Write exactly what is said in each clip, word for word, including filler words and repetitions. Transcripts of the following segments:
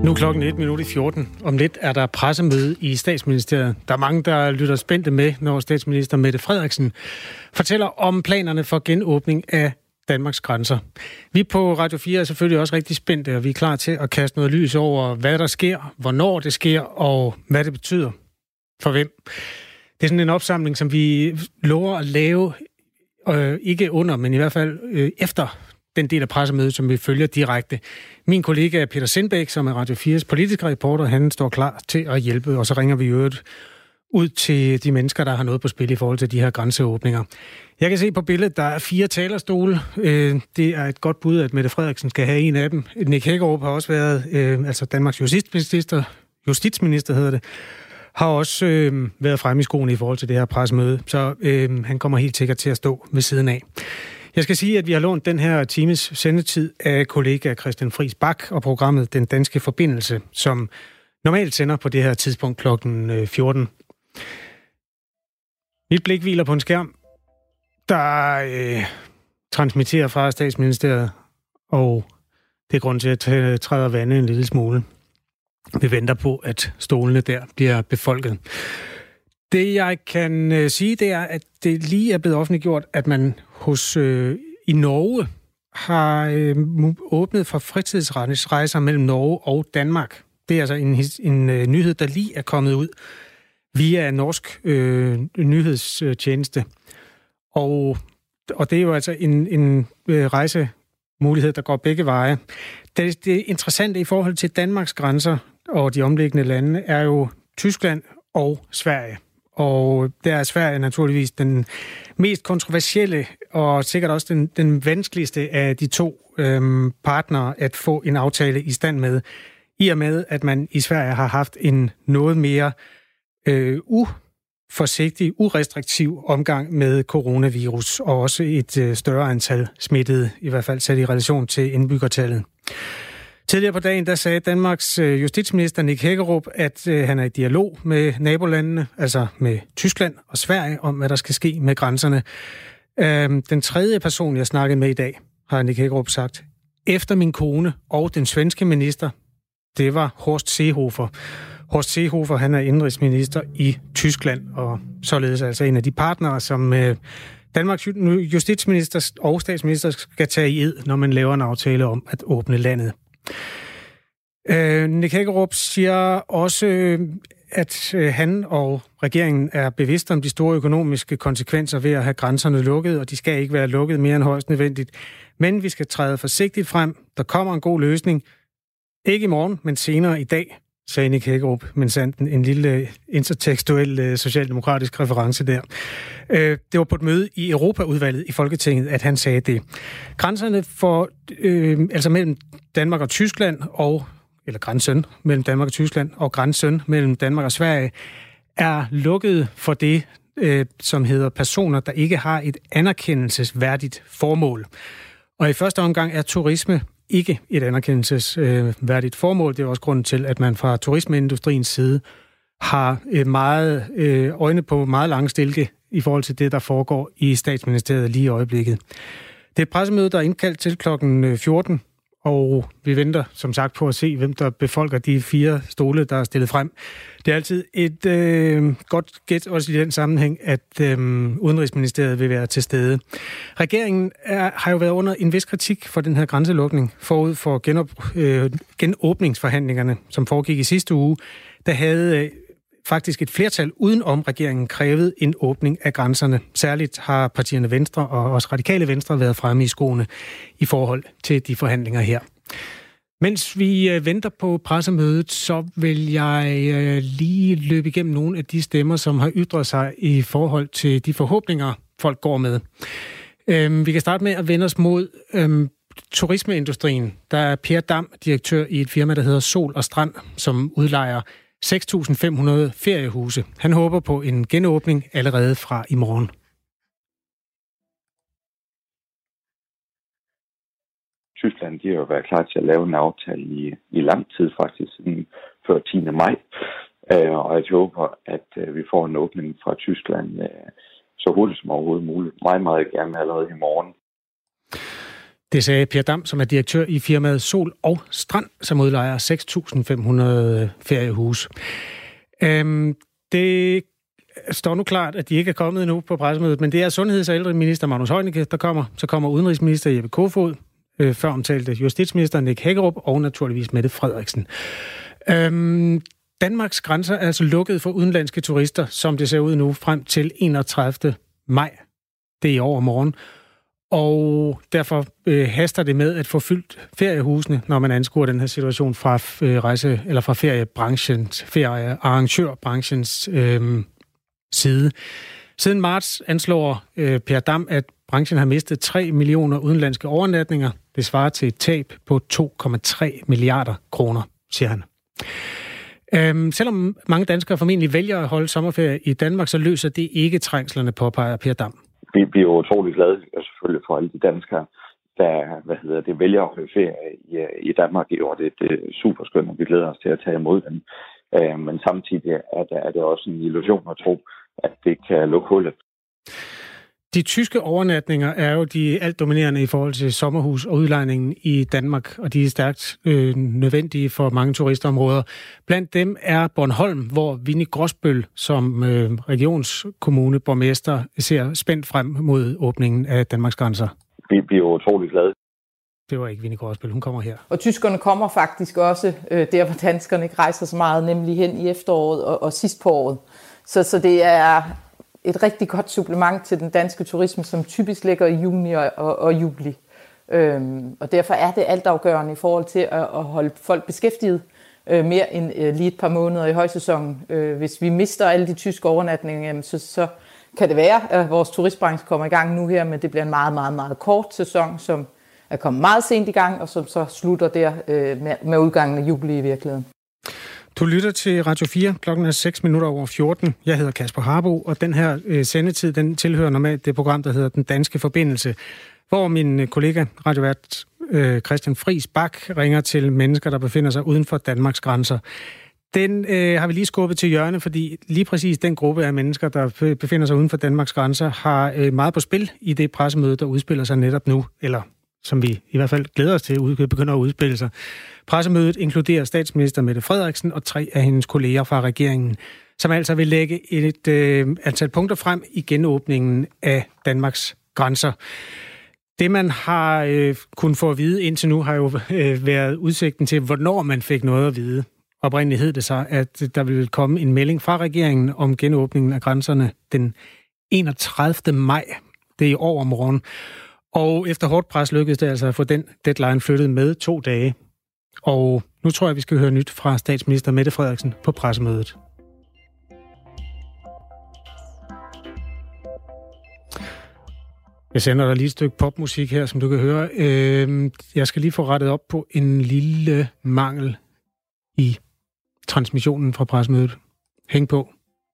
Nu er klokken et minut i fjorten. Om lidt er der pressemøde i Statsministeriet. Der er mange, der lytter spændte med, når statsminister Mette Frederiksen fortæller om planerne for genåbning af Danmarks grænser. Vi på Radio fire er selvfølgelig også rigtig spændte, og vi er klar til at kaste noget lys over, hvad der sker, hvornår det sker, og hvad det betyder for hvem. Det er sådan en opsamling, som vi lover at lave, øh, ikke under, men i hvert fald øh, efter den del af pressemødet, som vi følger direkte. Min kollega Peter Sindbæk, som er Radio fires politiske reporter, han står klar til at hjælpe, og så ringer vi øvrigt ud til de mennesker, der har noget på spil i forhold til de her grænseåbninger. Jeg kan se på billedet, der er fire talerstole. Det er et godt bud, at Mette Frederiksen skal have en af dem. Nick Hækkerup har også været, altså Danmarks justitsminister, justitsminister hedder det, har også øh, været fremme i skoene i forhold til det her pressemøde, så øh, han kommer helt sikkert til at stå ved siden af. Jeg skal sige, at vi har lånt den her times sendetid af kollega Christian Friis Bak og programmet Den Danske Forbindelse, som normalt sender på det her tidspunkt klokken fjorten. Mit blik hviler på en skærm, der øh, transmitterer fra Statsministeriet, og det er grund til at træde vandet en lille smule. Vi venter på, at stolene der bliver befolket. Det, jeg kan øh, sige, det er, at det lige er blevet offentliggjort, at man hos øh, i Norge har øh, åbnet for fritidsrejser mellem Norge og Danmark. Det er altså en, en øh, nyhed, der lige er kommet ud via en norsk øh, nyhedstjeneste. Og, og det er jo altså en, en øh, rejsemulighed, der går begge veje. Det, det interessante i forhold til Danmarks grænser og de omliggende lande er jo Tyskland og Sverige. Og der er Sverige naturligvis den mest kontroversielle og sikkert også den, den vanskeligste af de to øhm, partnere at få en aftale i stand med, i og med, at man i Sverige har haft en noget mere øh, uforsigtig, urestriktiv omgang med coronavirus, og også et øh, større antal smittede, i hvert fald sat i relation til indbyggertallet. Tidligere på dagen, der sagde Danmarks justitsminister Nick Hækkerup, at øh, han er i dialog med nabolandene, altså med Tyskland og Sverige, om hvad der skal ske med grænserne. Øh, den tredje person, jeg snakkede med i dag, har Nick Hækkerup sagt, efter min kone og den svenske minister, det var Horst Seehofer. Horst Seehofer, han er indrigsminister i Tyskland, og således altså en af de partnere, som øh, Danmarks justitsminister og statsminister skal tage i ed, når man laver en aftale om at åbne landet. Øh, Nick Hækkerup siger også, at øh, han og regeringen er bevidste om de store økonomiske konsekvenser ved at have grænserne lukket, og de skal ikke være lukket mere end højst nødvendigt. Men vi skal træde forsigtigt frem. Der kommer en god løsning. Ikke i morgen, men senere i dag, sagde Nick Hækkerup, men sandt en, en lille intertekstuel øh, socialdemokratisk reference der. Øh, det var på et møde i Europaudvalget i Folketinget, at han sagde det. Grænserne for, øh, altså mellem Danmark og Tyskland, og, eller grænsen mellem Danmark og Tyskland, og grænsen mellem Danmark og Sverige, er lukket for det, øh, som hedder personer, der ikke har et anerkendelsesværdigt formål. Og i første omgang er turisme ikke et anerkendelsesværdigt formål. Det er også grunden til, at man fra turismeindustriens side har meget øh, øjne på meget lange stilke i forhold til det, der foregår i Statsministeriet lige i øjeblikket. Det er et pressemøde, der er indkaldt til klokken fjorten, og vi venter som sagt på at se, hvem der befolker de fire stole, der er stillet frem. Det er altid et øh, godt gæt også i den sammenhæng, at øh, Udenrigsministeriet vil være til stede. Regeringen er, har jo været under en vis kritik for den her grænselukning forud for genop, øh, genåbningsforhandlingerne, som foregik i sidste uge. Der havde øh, faktisk et flertal udenom regeringen krævet en åbning af grænserne. Særligt har partierne Venstre og også Radikale Venstre været fremme i skoene i forhold til de forhandlinger her. Mens vi øh, venter på pressemødet, så vil jeg øh, lige løbe igennem nogle af de stemmer, som har ytret sig i forhold til de forhåbninger, folk går med. Øhm, vi kan starte med at vende os mod øhm, turismeindustrien. Der er Per Dam, direktør i et firma, der hedder Sol og Strand, som udlejer seks tusind fem hundrede feriehuse. Han håber på en genåbning allerede fra i morgen. Tyskland, de har jo været klar til at lave en aftale i, i lang tid faktisk, siden før tiende maj. Uh, og jeg håber, at uh, vi får en åbning fra Tyskland uh, så hurtigt som overhovedet muligt. Meget, meget gerne allerede i morgen. Det sagde Per Dam, som er direktør i firmaet Sol og Strand, som udlejer seks tusind fem hundrede feriehuse. Øhm, det står nu klart, at de ikke er kommet endnu på pressemødet, men det er sundheds- og ældreminister Magnus Heunicke, der kommer. Så kommer udenrigsminister Jeppe Kofod, øh, før omtalte justitsminister Nick Hækkerup og naturligvis Mette Frederiksen. Øhm, Danmarks grænser er altså lukket for udenlandske turister, som det ser ud nu, frem til enogtredivte maj. Det er i overmorgen. Og derfor øh, haster det med at få fyldt feriehusene, når man anskuer den her situation fra øh, rejse eller fra feriebranchens, feriearrangørbranchens øh, side. Siden marts anslår øh, Per Dam, at branchen har mistet tre millioner udenlandske overnatninger. Det svarer til et tab på to komma tre milliarder kroner, siger han. Øhm, selvom mange danskere formentlig vælger at holde sommerferie i Danmark, så løser det ikke trængslerne, påpeger Per Dam. Vi bliver utrolig glade, selvfølgelig for alle de danskere, der hvad hedder det, vælger at holde ferie i, i Danmark i år. Det, det er super skønt, og vi glæder os til at tage imod dem. Øh, men samtidig er det, er det også en illusion at tro, at det kan lukke hullet. De tyske overnatninger er jo de alt dominerende i forhold til sommerhus og udlejningen i Danmark, og de er stærkt øh, nødvendige for mange turistområder. Blandt dem er Bornholm, hvor Winnie Grosbøll som øh, regionskommuneborgmester ser spændt frem mod åbningen af Danmarks grænser. Vi bliver utrolig glade. Det var ikke Winnie Grosbøll, hun kommer her. Og tyskerne kommer faktisk også øh, der, hvor danskerne ikke rejser så meget, nemlig hen i efteråret og, og sidst på året. Så, så det er et rigtig godt supplement til den danske turisme, som typisk ligger i juni og, og, og juli. Øhm, og derfor er det altafgørende i forhold til at, at holde folk beskæftiget øh, mere end øh, lige et par måneder i højsæsonen. Øh, hvis vi mister alle de tyske overnatninger, jamen, så, så kan det være, at vores turistbranche kommer i gang nu her, men det bliver en meget, meget, meget kort sæson, som er kommet meget sent i gang, og som så slutter der øh, med, med udgangen af juli i virkeligheden. Du lytter til Radio fire. Klokken er seks minutter over fjorten. Jeg hedder Kasper Harbo, og den her øh, sendetid, den tilhører normalt det program, der hedder Den Danske Forbindelse, hvor min kollega, radiovært øh, Christian Friis Bak, ringer til mennesker, der befinder sig uden for Danmarks grænser. Den øh, har vi lige skubbet til hjørne, fordi lige præcis den gruppe af mennesker, der befinder sig uden for Danmarks grænser, har øh, meget på spil i det pressemøde, der udspiller sig netop nu, eller som vi i hvert fald glæder os til, at begynder at udspille sig. Pressemødet inkluderer statsminister Mette Frederiksen og tre af hendes kolleger fra regeringen, som altså vil lægge et øh, antal punkter frem i genåbningen af Danmarks grænser. Det, man har øh, kunnet få at vide indtil nu, har jo øh, været udsigten til, hvornår man fik noget at vide. Oprindeligt hed det sig, at der ville komme en melding fra regeringen om genåbningen af grænserne den enogtredivte maj. Det er i overmorgen. Og efter hårdt pres lykkedes det altså at få den deadline flyttet med to dage. Og nu tror jeg, vi skal høre nyt fra statsminister Mette Frederiksen på pressemødet. Jeg sender dig lige et stykke popmusik her, som du kan høre. Jeg skal lige få rettet op på en lille mangel i transmissionen fra pressemødet. Hæng på.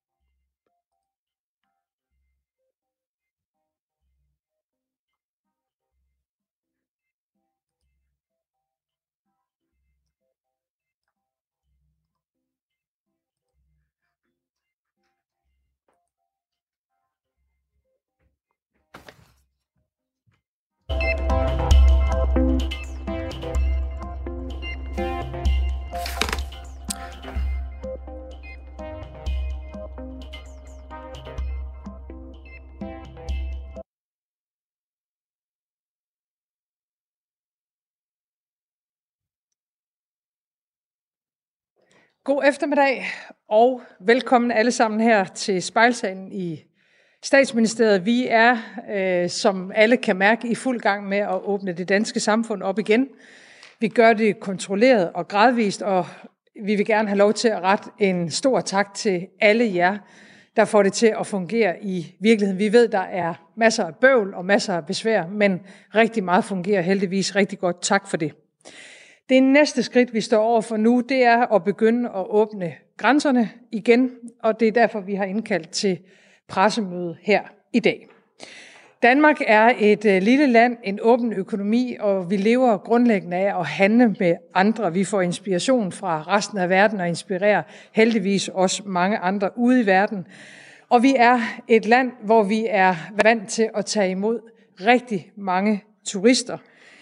God eftermiddag og velkommen alle sammen her til Spejlsalen i Statsministeriet. Vi er, øh, som alle kan mærke, i fuld gang med at åbne det danske samfund op igen. Vi gør det kontrolleret og gradvist, og vi vil gerne have lov til at rette en stor tak til alle jer, der får det til at fungere i virkeligheden. Vi ved, der er masser af bøvl og masser af besvær, men rigtig meget fungerer heldigvis rigtig godt. Tak for det. Det næste skridt, vi står over for nu, det er at begynde at åbne grænserne igen, og det er derfor, vi har indkaldt til pressemøde her i dag. Danmark er et lille land, en åben økonomi, og vi lever grundlæggende af at handle med andre. Vi får inspiration fra resten af verden og inspirerer heldigvis også mange andre ude i verden. Og vi er et land, hvor vi er vant til at tage imod rigtig mange turister.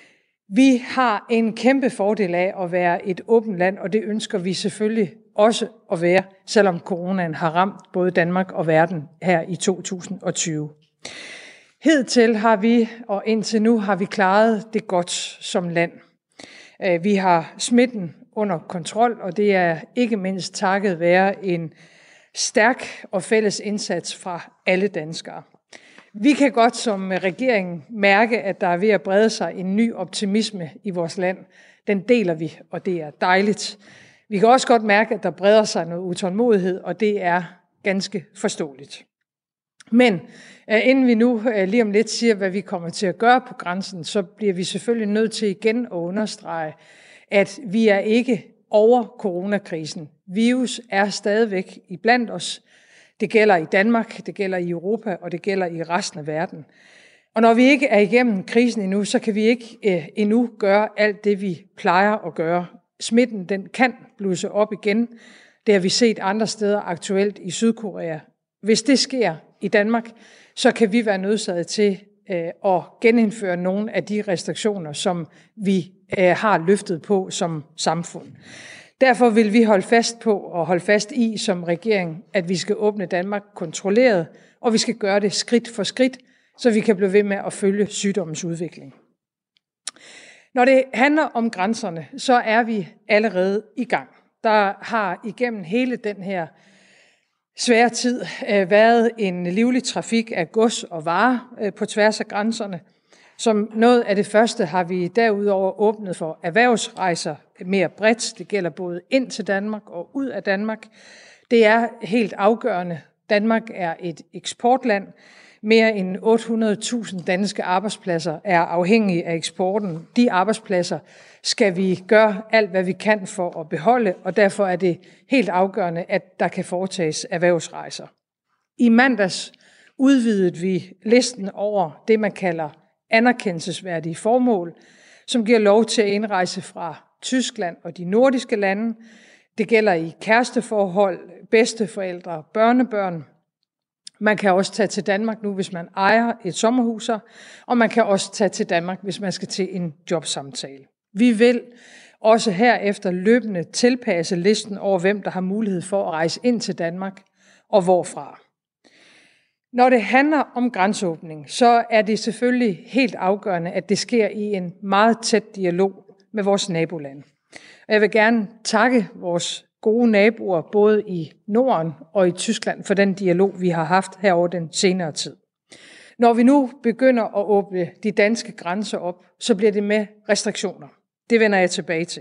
Vi har en kæmpe fordel af at være et åbent land, og det ønsker vi selvfølgelig også at være, selvom coronaen har ramt både Danmark og verden her i to tusind og tyve. Hidtil har vi, og indtil nu har vi klaret det godt som land. Vi har smitten under kontrol, og det er ikke mindst takket være en stærk og fælles indsats fra alle danskere. Vi kan godt som regering mærke, at der er ved at brede sig en ny optimisme i vores land. Den deler vi, og det er dejligt. Vi kan også godt mærke, at der breder sig noget utålmodighed, og det er ganske forståeligt. Men inden vi nu lige om lidt siger, hvad vi kommer til at gøre på grænsen, så bliver vi selvfølgelig nødt til igen at understrege, at vi er ikke over coronakrisen. Virus er stadigvæk iblandt os. Det gælder i Danmark, det gælder i Europa, og det gælder i resten af verden. Og når vi ikke er igennem krisen endnu, så kan vi ikke eh, endnu gøre alt det, vi plejer at gøre. Smitten, den kan blusse op igen. Det har vi set andre steder, aktuelt i Sydkorea. Hvis det sker i Danmark, så kan vi være nødsaget til eh, at genindføre nogle af de restriktioner, som vi eh, har løftet på som samfund. Derfor vil vi holde fast på og holde fast i som regering, at vi skal åbne Danmark kontrolleret, og vi skal gøre det skridt for skridt, så vi kan blive ved med at følge sygdommens udvikling. Når det handler om grænserne, så er vi allerede i gang. Der har igennem hele den her svære tid været en livlig trafik af gods og varer på tværs af grænserne. Som noget af det første har vi derudover åbnet for erhvervsrejser mere bredt. Det gælder både ind til Danmark og ud af Danmark. Det er helt afgørende. Danmark er et eksportland. Mere end otte hundrede tusind danske arbejdspladser er afhængige af eksporten. De arbejdspladser skal vi gøre alt, hvad vi kan for at beholde, og derfor er det helt afgørende, at der kan foretages erhvervsrejser. I mandags udvidede vi listen over det, man kalder anerkendelsesværdige formål, som giver lov til at indrejse fra Tyskland og de nordiske lande. Det gælder i kæresteforhold, bedsteforældre, børnebørn. Man kan også tage til Danmark nu, hvis man ejer et sommerhus, og man kan også tage til Danmark, hvis man skal til en jobsamtale. Vi vil også herefter løbende tilpasse listen over, hvem der har mulighed for at rejse ind til Danmark og hvorfra. Når det handler om grænseåbning, så er det selvfølgelig helt afgørende, at det sker i en meget tæt dialog med vores nabolande. Og jeg vil gerne takke vores gode naboer, både i Norden og i Tyskland, for den dialog, vi har haft herover den senere tid. Når vi nu begynder at åbne de danske grænser op, så bliver det med restriktioner. Det vender jeg tilbage til.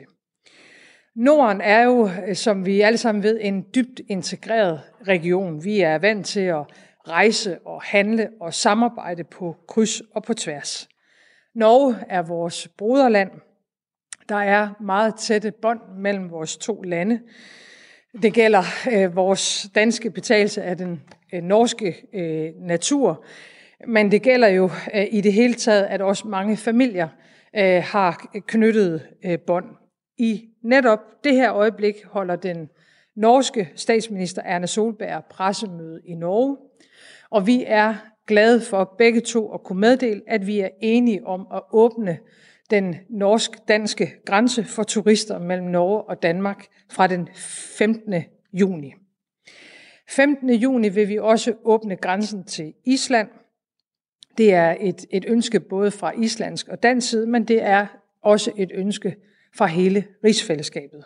Norden er jo, som vi alle sammen ved, en dybt integreret region. Vi er vant til at rejse og handle og samarbejde på kryds og på tværs. Norge er vores broderland. Der er meget tætte bånd mellem vores to lande. Det gælder øh, vores danske betagelse af den øh, norske øh, natur, men det gælder jo øh, i det hele taget, at også mange familier øh, har knyttet øh, bånd. I netop det her øjeblik holder den norske statsminister Erna Solberg pressemøde i Norge, og vi er glade for begge to at kunne meddele, at vi er enige om at åbne den norsk-danske grænse for turister mellem Norge og Danmark fra den femtende juni. femtende juni vil vi også åbne grænsen til Island. Det er et, et ønske både fra islandsk og dansk side, men det er også et ønske fra hele rigsfællesskabet.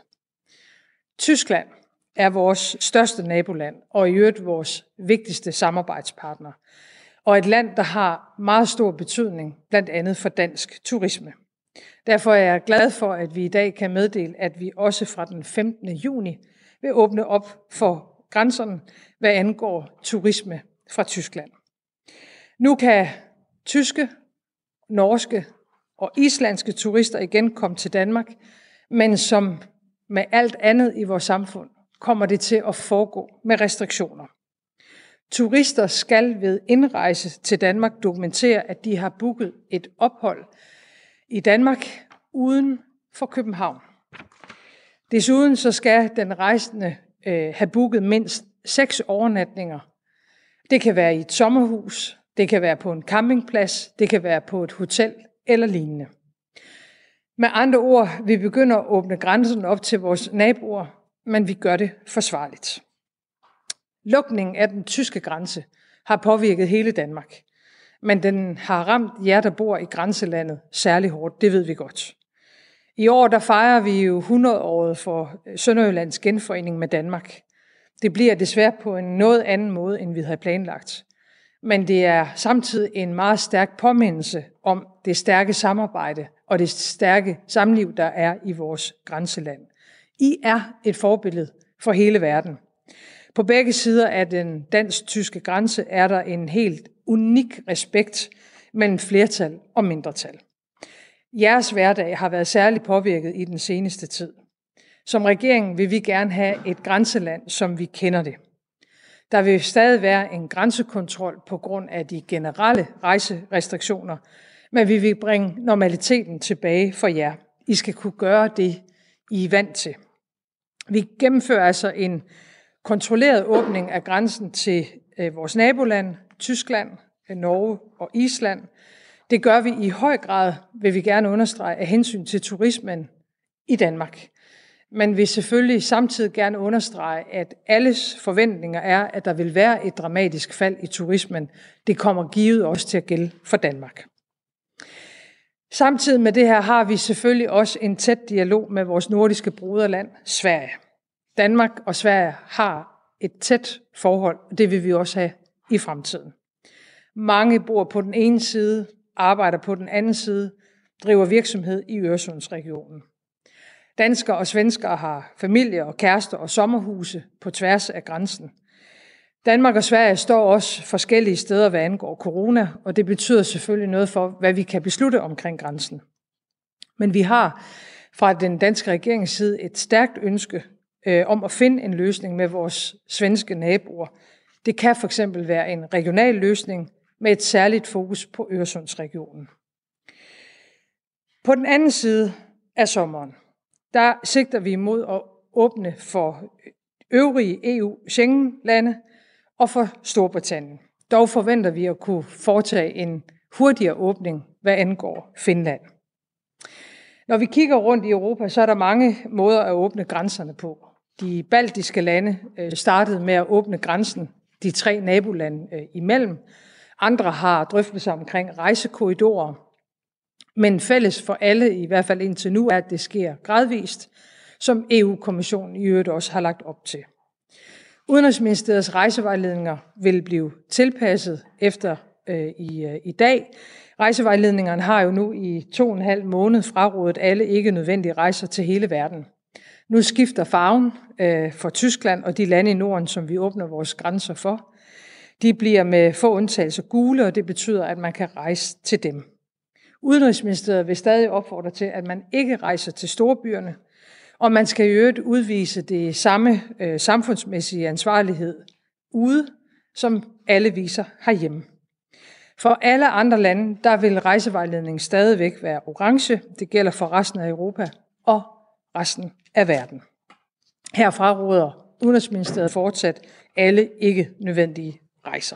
Tyskland er vores største naboland og i øvrigt vores vigtigste samarbejdspartner, og et land, der har meget stor betydning, blandt andet for dansk turisme. Derfor er jeg glad for, at vi i dag kan meddele, at vi også fra den femtende juni vil åbne op for grænserne, hvad angår turisme fra Tyskland. Nu kan tyske, norske og islandske turister igen komme til Danmark, men som med alt andet i vores samfund kommer det til at foregå med restriktioner. Turister skal ved indrejse til Danmark dokumentere, at de har booket et ophold i Danmark uden for København. Desuden så skal den rejsende øh, have booket mindst seks overnatninger. Det kan være i et sommerhus, det kan være på en campingplads, det kan være på et hotel eller lignende. Med andre ord, vi begynder at åbne grænsen op til vores naboer, men vi gør det forsvarligt. Lukningen af den tyske grænse har påvirket hele Danmark, men den har ramt jer, der bor i grænselandet, særlig hårdt. Det ved vi godt. I år der fejrer vi jo hundrede-året for Sønderjyllands genforening med Danmark. Det bliver desværre på en noget anden måde, end vi havde planlagt. Men det er samtidig en meget stærk påmindelse om det stærke samarbejde og det stærke samliv, der er i vores grænseland. I er et forbillede for hele verden. På begge sider af den dansk-tyske grænse er der en helt unik respekt mellem flertal og mindretal. Jeres hverdag har været særligt påvirket i den seneste tid. Som regering vil vi gerne have et grænseland, som vi kender det. Der vil stadig være en grænsekontrol på grund af de generelle rejserestriktioner, men vi vil bringe normaliteten tilbage for jer. I skal kunne gøre det, I er vant til. Vi gennemfører altså en kontrolleret åbning af grænsen til øh, vores naboland, Tyskland, Norge og Island. Det gør vi i høj grad, vil vi gerne understrege, af hensyn til turismen i Danmark. Men vil selvfølgelig samtidig gerne understrege, at alles forventninger er, at der vil være et dramatisk fald i turismen. Det kommer givet også til at gælde for Danmark. Samtidig med det her har vi selvfølgelig også en tæt dialog med vores nordiske broderland, Sverige. Danmark og Sverige har et tæt forhold, og det vil vi også have i fremtiden. Mange bor på den ene side, arbejder på den anden side, driver virksomhed i Øresundsregionen. Danskere og svenskere har familie og kærester og sommerhuse på tværs af grænsen. Danmark og Sverige står også forskellige steder, hvad angår corona, og det betyder selvfølgelig noget for, hvad vi kan beslutte omkring grænsen. Men vi har fra den danske regerings side et stærkt ønske øh, om at finde en løsning med vores svenske naboer. Det kan for eksempel være en regional løsning med et særligt fokus på Øresundsregionen. På den anden side af sommeren, der sigter vi imod at åbne for øvrige E U-Schengen-lande og for Storbritannien. Dog forventer vi at kunne foretage en hurtigere åbning, hvad angår Finland. Når vi kigger rundt i Europa, så er der mange måder at åbne grænserne på. De baltiske lande startede med at åbne grænsen de tre nabolande imellem. Andre har drøftelser omkring rejsekorridorer. Men fælles for alle, i hvert fald indtil nu, er, at det sker gradvist, som E U-kommissionen i øvrigt også har lagt op til. Udenrigsministeriets rejsevejledninger vil blive tilpasset efter øh, i, øh, i dag. Rejsevejledningerne har jo nu i to og en halv måned frarådet alle ikke nødvendige rejser til hele verden. Nu skifter farven øh, for Tyskland og de lande i Norden, som vi åbner vores grænser for. De bliver med få undtagelser gule, og det betyder, at man kan rejse til dem. Udenrigsministeriet vil stadig opfordre til, at man ikke rejser til storbyerne, og man skal i øvrigt udvise det samme øh, samfundsmæssige ansvarlighed ude, som alle viser herhjemme. For alle andre lande, der vil rejsevejledningen stadigvæk være orange. Det gælder for resten af Europa og resten af verden. Herfra råder Udenrigsministeriet fortsat alle ikke nødvendige rejser.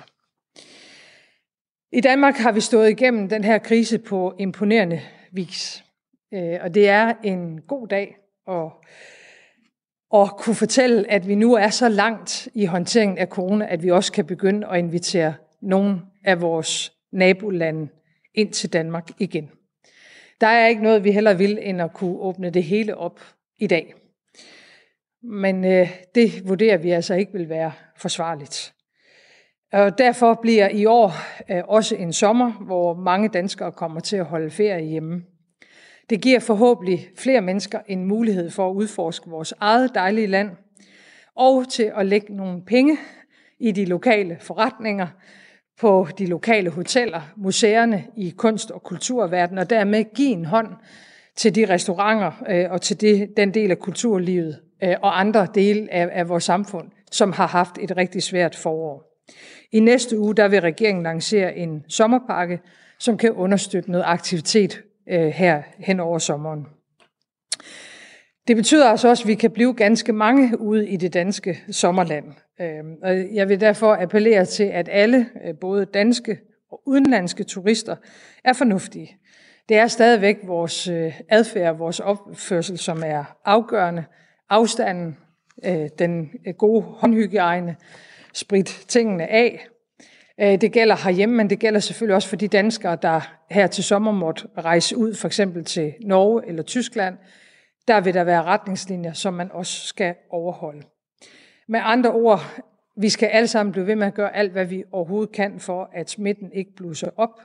I Danmark har vi stået igennem den her krise på imponerende vis. Og det er en god dag at, at kunne fortælle, at vi nu er så langt i håndteringen af corona, at vi også kan begynde at invitere nogle af vores nabolande ind til Danmark igen. Der er ikke noget, vi hellere vil, end at kunne åbne det hele op i dag. Men øh, det vurderer vi altså ikke vil være forsvarligt. Og derfor bliver i år øh, også en sommer, hvor mange danskere kommer til at holde ferie hjemme. Det giver forhåbentlig flere mennesker en mulighed for at udforske vores eget dejlige land, og til at lægge nogle penge i de lokale forretninger, på de lokale hoteller, museerne i kunst- og kulturverdenen, og dermed give en hånd til de restauranter øh, og til det, den del af kulturlivet øh, og andre dele af, af vores samfund, som har haft et rigtig svært forår. I næste uge der vil regeringen lancere en sommerpakke, som kan understøtte noget aktivitet øh, her hen over sommeren. Det betyder altså også, at vi kan blive ganske mange ude i det danske sommerland. Og jeg vil derfor appellere til, at alle, både danske og udenlandske turister, er fornuftige. Det er stadigvæk vores adfærd, vores opførsel, som er afgørende. Afstanden, den gode håndhygiejne, sprit tingene af. Det gælder herhjemme, men det gælder selvfølgelig også for de danskere, der her til sommer måtte rejse ud, for eksempel til Norge eller Tyskland. Der vil der være retningslinjer, som man også skal overholde. Med andre ord, vi skal alle sammen blive ved med at gøre alt, hvad vi overhovedet kan for, at smitten ikke blusser op.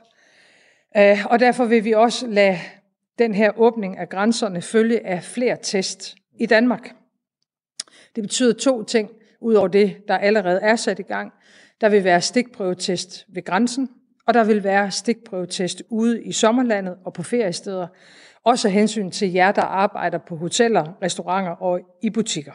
Og derfor vil vi også lade den her åbning af grænserne følge af flere test i Danmark. Det betyder to ting, ud over det, der allerede er sat i gang. Der vil være stikprøvetest ved grænsen, og der vil være stikprøvetest ude i sommerlandet og på feriesteder. Også af hensyn til jer, der arbejder på hoteller, restauranter og i butikker.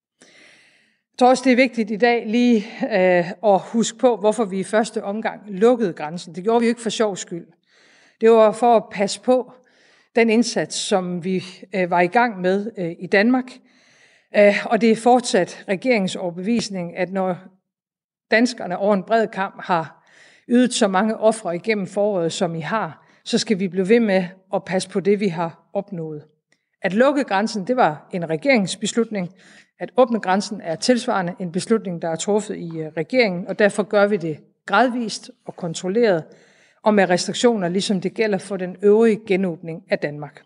Jeg tror også, det er vigtigt i dag lige øh, at huske på, hvorfor vi i første omgang lukkede grænsen. Det gjorde vi jo ikke for sjov skyld. Det var for at passe på den indsats, som vi øh, var i gang med øh, i Danmark. Øh, og det er fortsat regeringens overbevisning, at når danskerne over en bred kamp har ydet så mange ofre igennem foråret, som I har, så skal vi blive ved med at passe på det, vi har opnået. At lukke grænsen, det var en regeringsbeslutning. At åbne grænsen er tilsvarende en beslutning, der er truffet i regeringen, og derfor gør vi det gradvist og kontrolleret, og med restriktioner, ligesom det gælder for den øvrige genåbning af Danmark.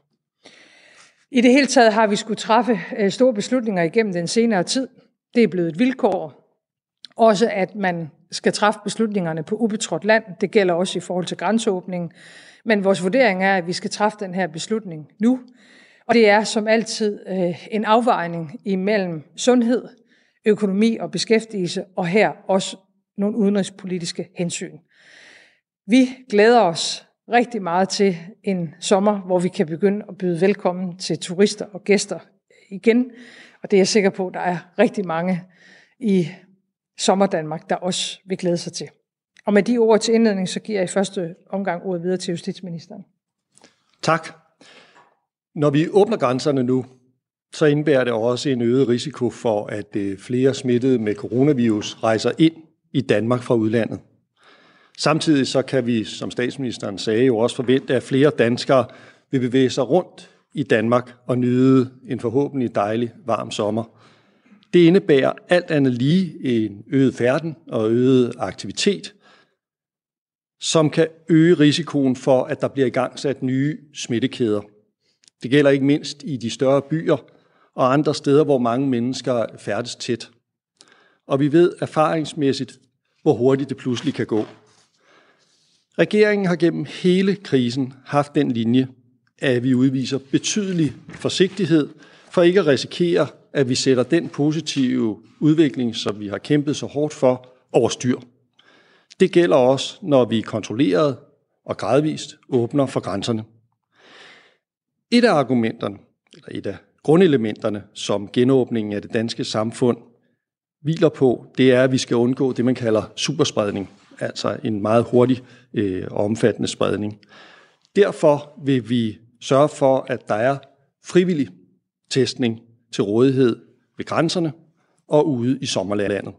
I det hele taget har vi skulle træffe store beslutninger igennem den senere tid. Det er blevet et vilkår. Også at man skal træffe beslutningerne på ubetrådt land. Det gælder også i forhold til grænseåbningen. Men vores vurdering er, at vi skal træffe den her beslutning nu. Og det er som altid øh, en afvejning imellem sundhed, økonomi og beskæftigelse, og her også nogle udenrigspolitiske hensyn. Vi glæder os rigtig meget til en sommer, hvor vi kan begynde at byde velkommen til turister og gæster igen. Og det er jeg sikker på, at der er rigtig mange i Sommerdanmark, der også vil glæde sig til. Og med de ord til indledning, så giver jeg i første omgang ordet videre til justitsministeren. Tak. Når vi åbner grænserne nu, så indebærer det også en øget risiko for, at flere smittede med coronavirus rejser ind i Danmark fra udlandet. Samtidig så kan vi, som statsministeren sagde, jo også forvente, at flere danskere vil bevæge sig rundt i Danmark og nyde en forhåbentlig dejlig varm sommer. Det indebærer alt andet lige en øget færden og øget aktivitet, som kan øge risikoen for, at der bliver igangsat nye smittekæder. Det gælder ikke mindst i de større byer og andre steder, hvor mange mennesker færdes tæt. Og vi ved erfaringsmæssigt, hvor hurtigt det pludselig kan gå. Regeringen har gennem hele krisen haft den linje, at vi udviser betydelig forsigtighed for ikke at risikere, at vi sætter den positive udvikling, som vi har kæmpet så hårdt for, over styr. Det gælder også, når vi kontrolleret og gradvist åbner for grænserne. Et af argumenterne, eller et af grundelementerne, som genåbningen af det danske samfund hviler på, det er, at vi skal undgå det, man kalder superspredning, altså en meget hurtig øh, og omfattende spredning. Derfor vil vi sørge for, at der er frivillig testning til rådighed ved grænserne og ude i sommerlandet.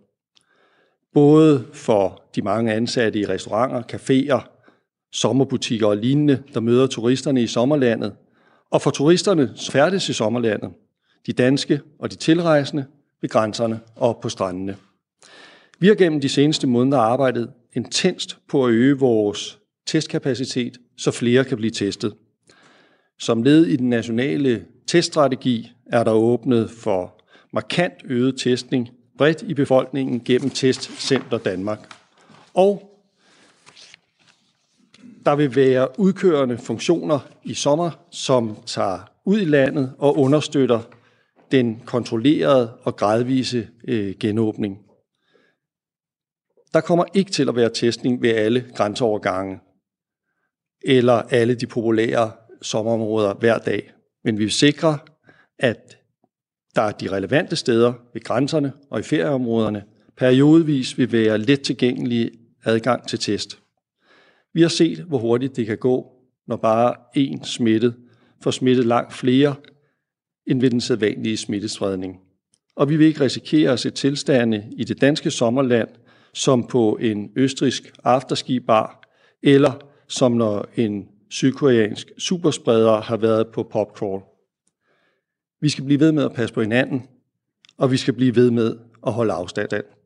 Både for de mange ansatte i restauranter, caféer, sommerbutikker og lignende, der møder turisterne i sommerlandet, og for turisterne, som færdes i sommerlandet, de danske og de tilrejsende ved grænserne og på strandene. Vi har gennem de seneste måneder arbejdet intenst på at øge vores testkapacitet, så flere kan blive testet. Som led i den nationale teststrategi er der åbnet for markant øget testning bredt i befolkningen gennem Testcenter Danmark. Og der vil være udkørende funktioner i sommer, som tager ud i landet og understøtter den kontrollerede og gradvise øh, genåbning. Der kommer ikke til at være testning ved alle grænseovergange eller alle de populære sommerområder hver dag. Men vi vil sikre, at der er de relevante steder ved grænserne og i ferieområderne periodevis vil være let tilgængelig adgang til test. Vi har set, hvor hurtigt det kan gå, når bare én smittet får smittet langt flere end ved den sædvanlige smittespredning. Og vi vil ikke risikere at se tilstande i det danske sommerland, som på en østrigsk afterski-bar, eller som når en sydkoreansk superspreder har været på popcrawl. Vi skal blive ved med at passe på hinanden, og vi skal blive ved med at holde afstand.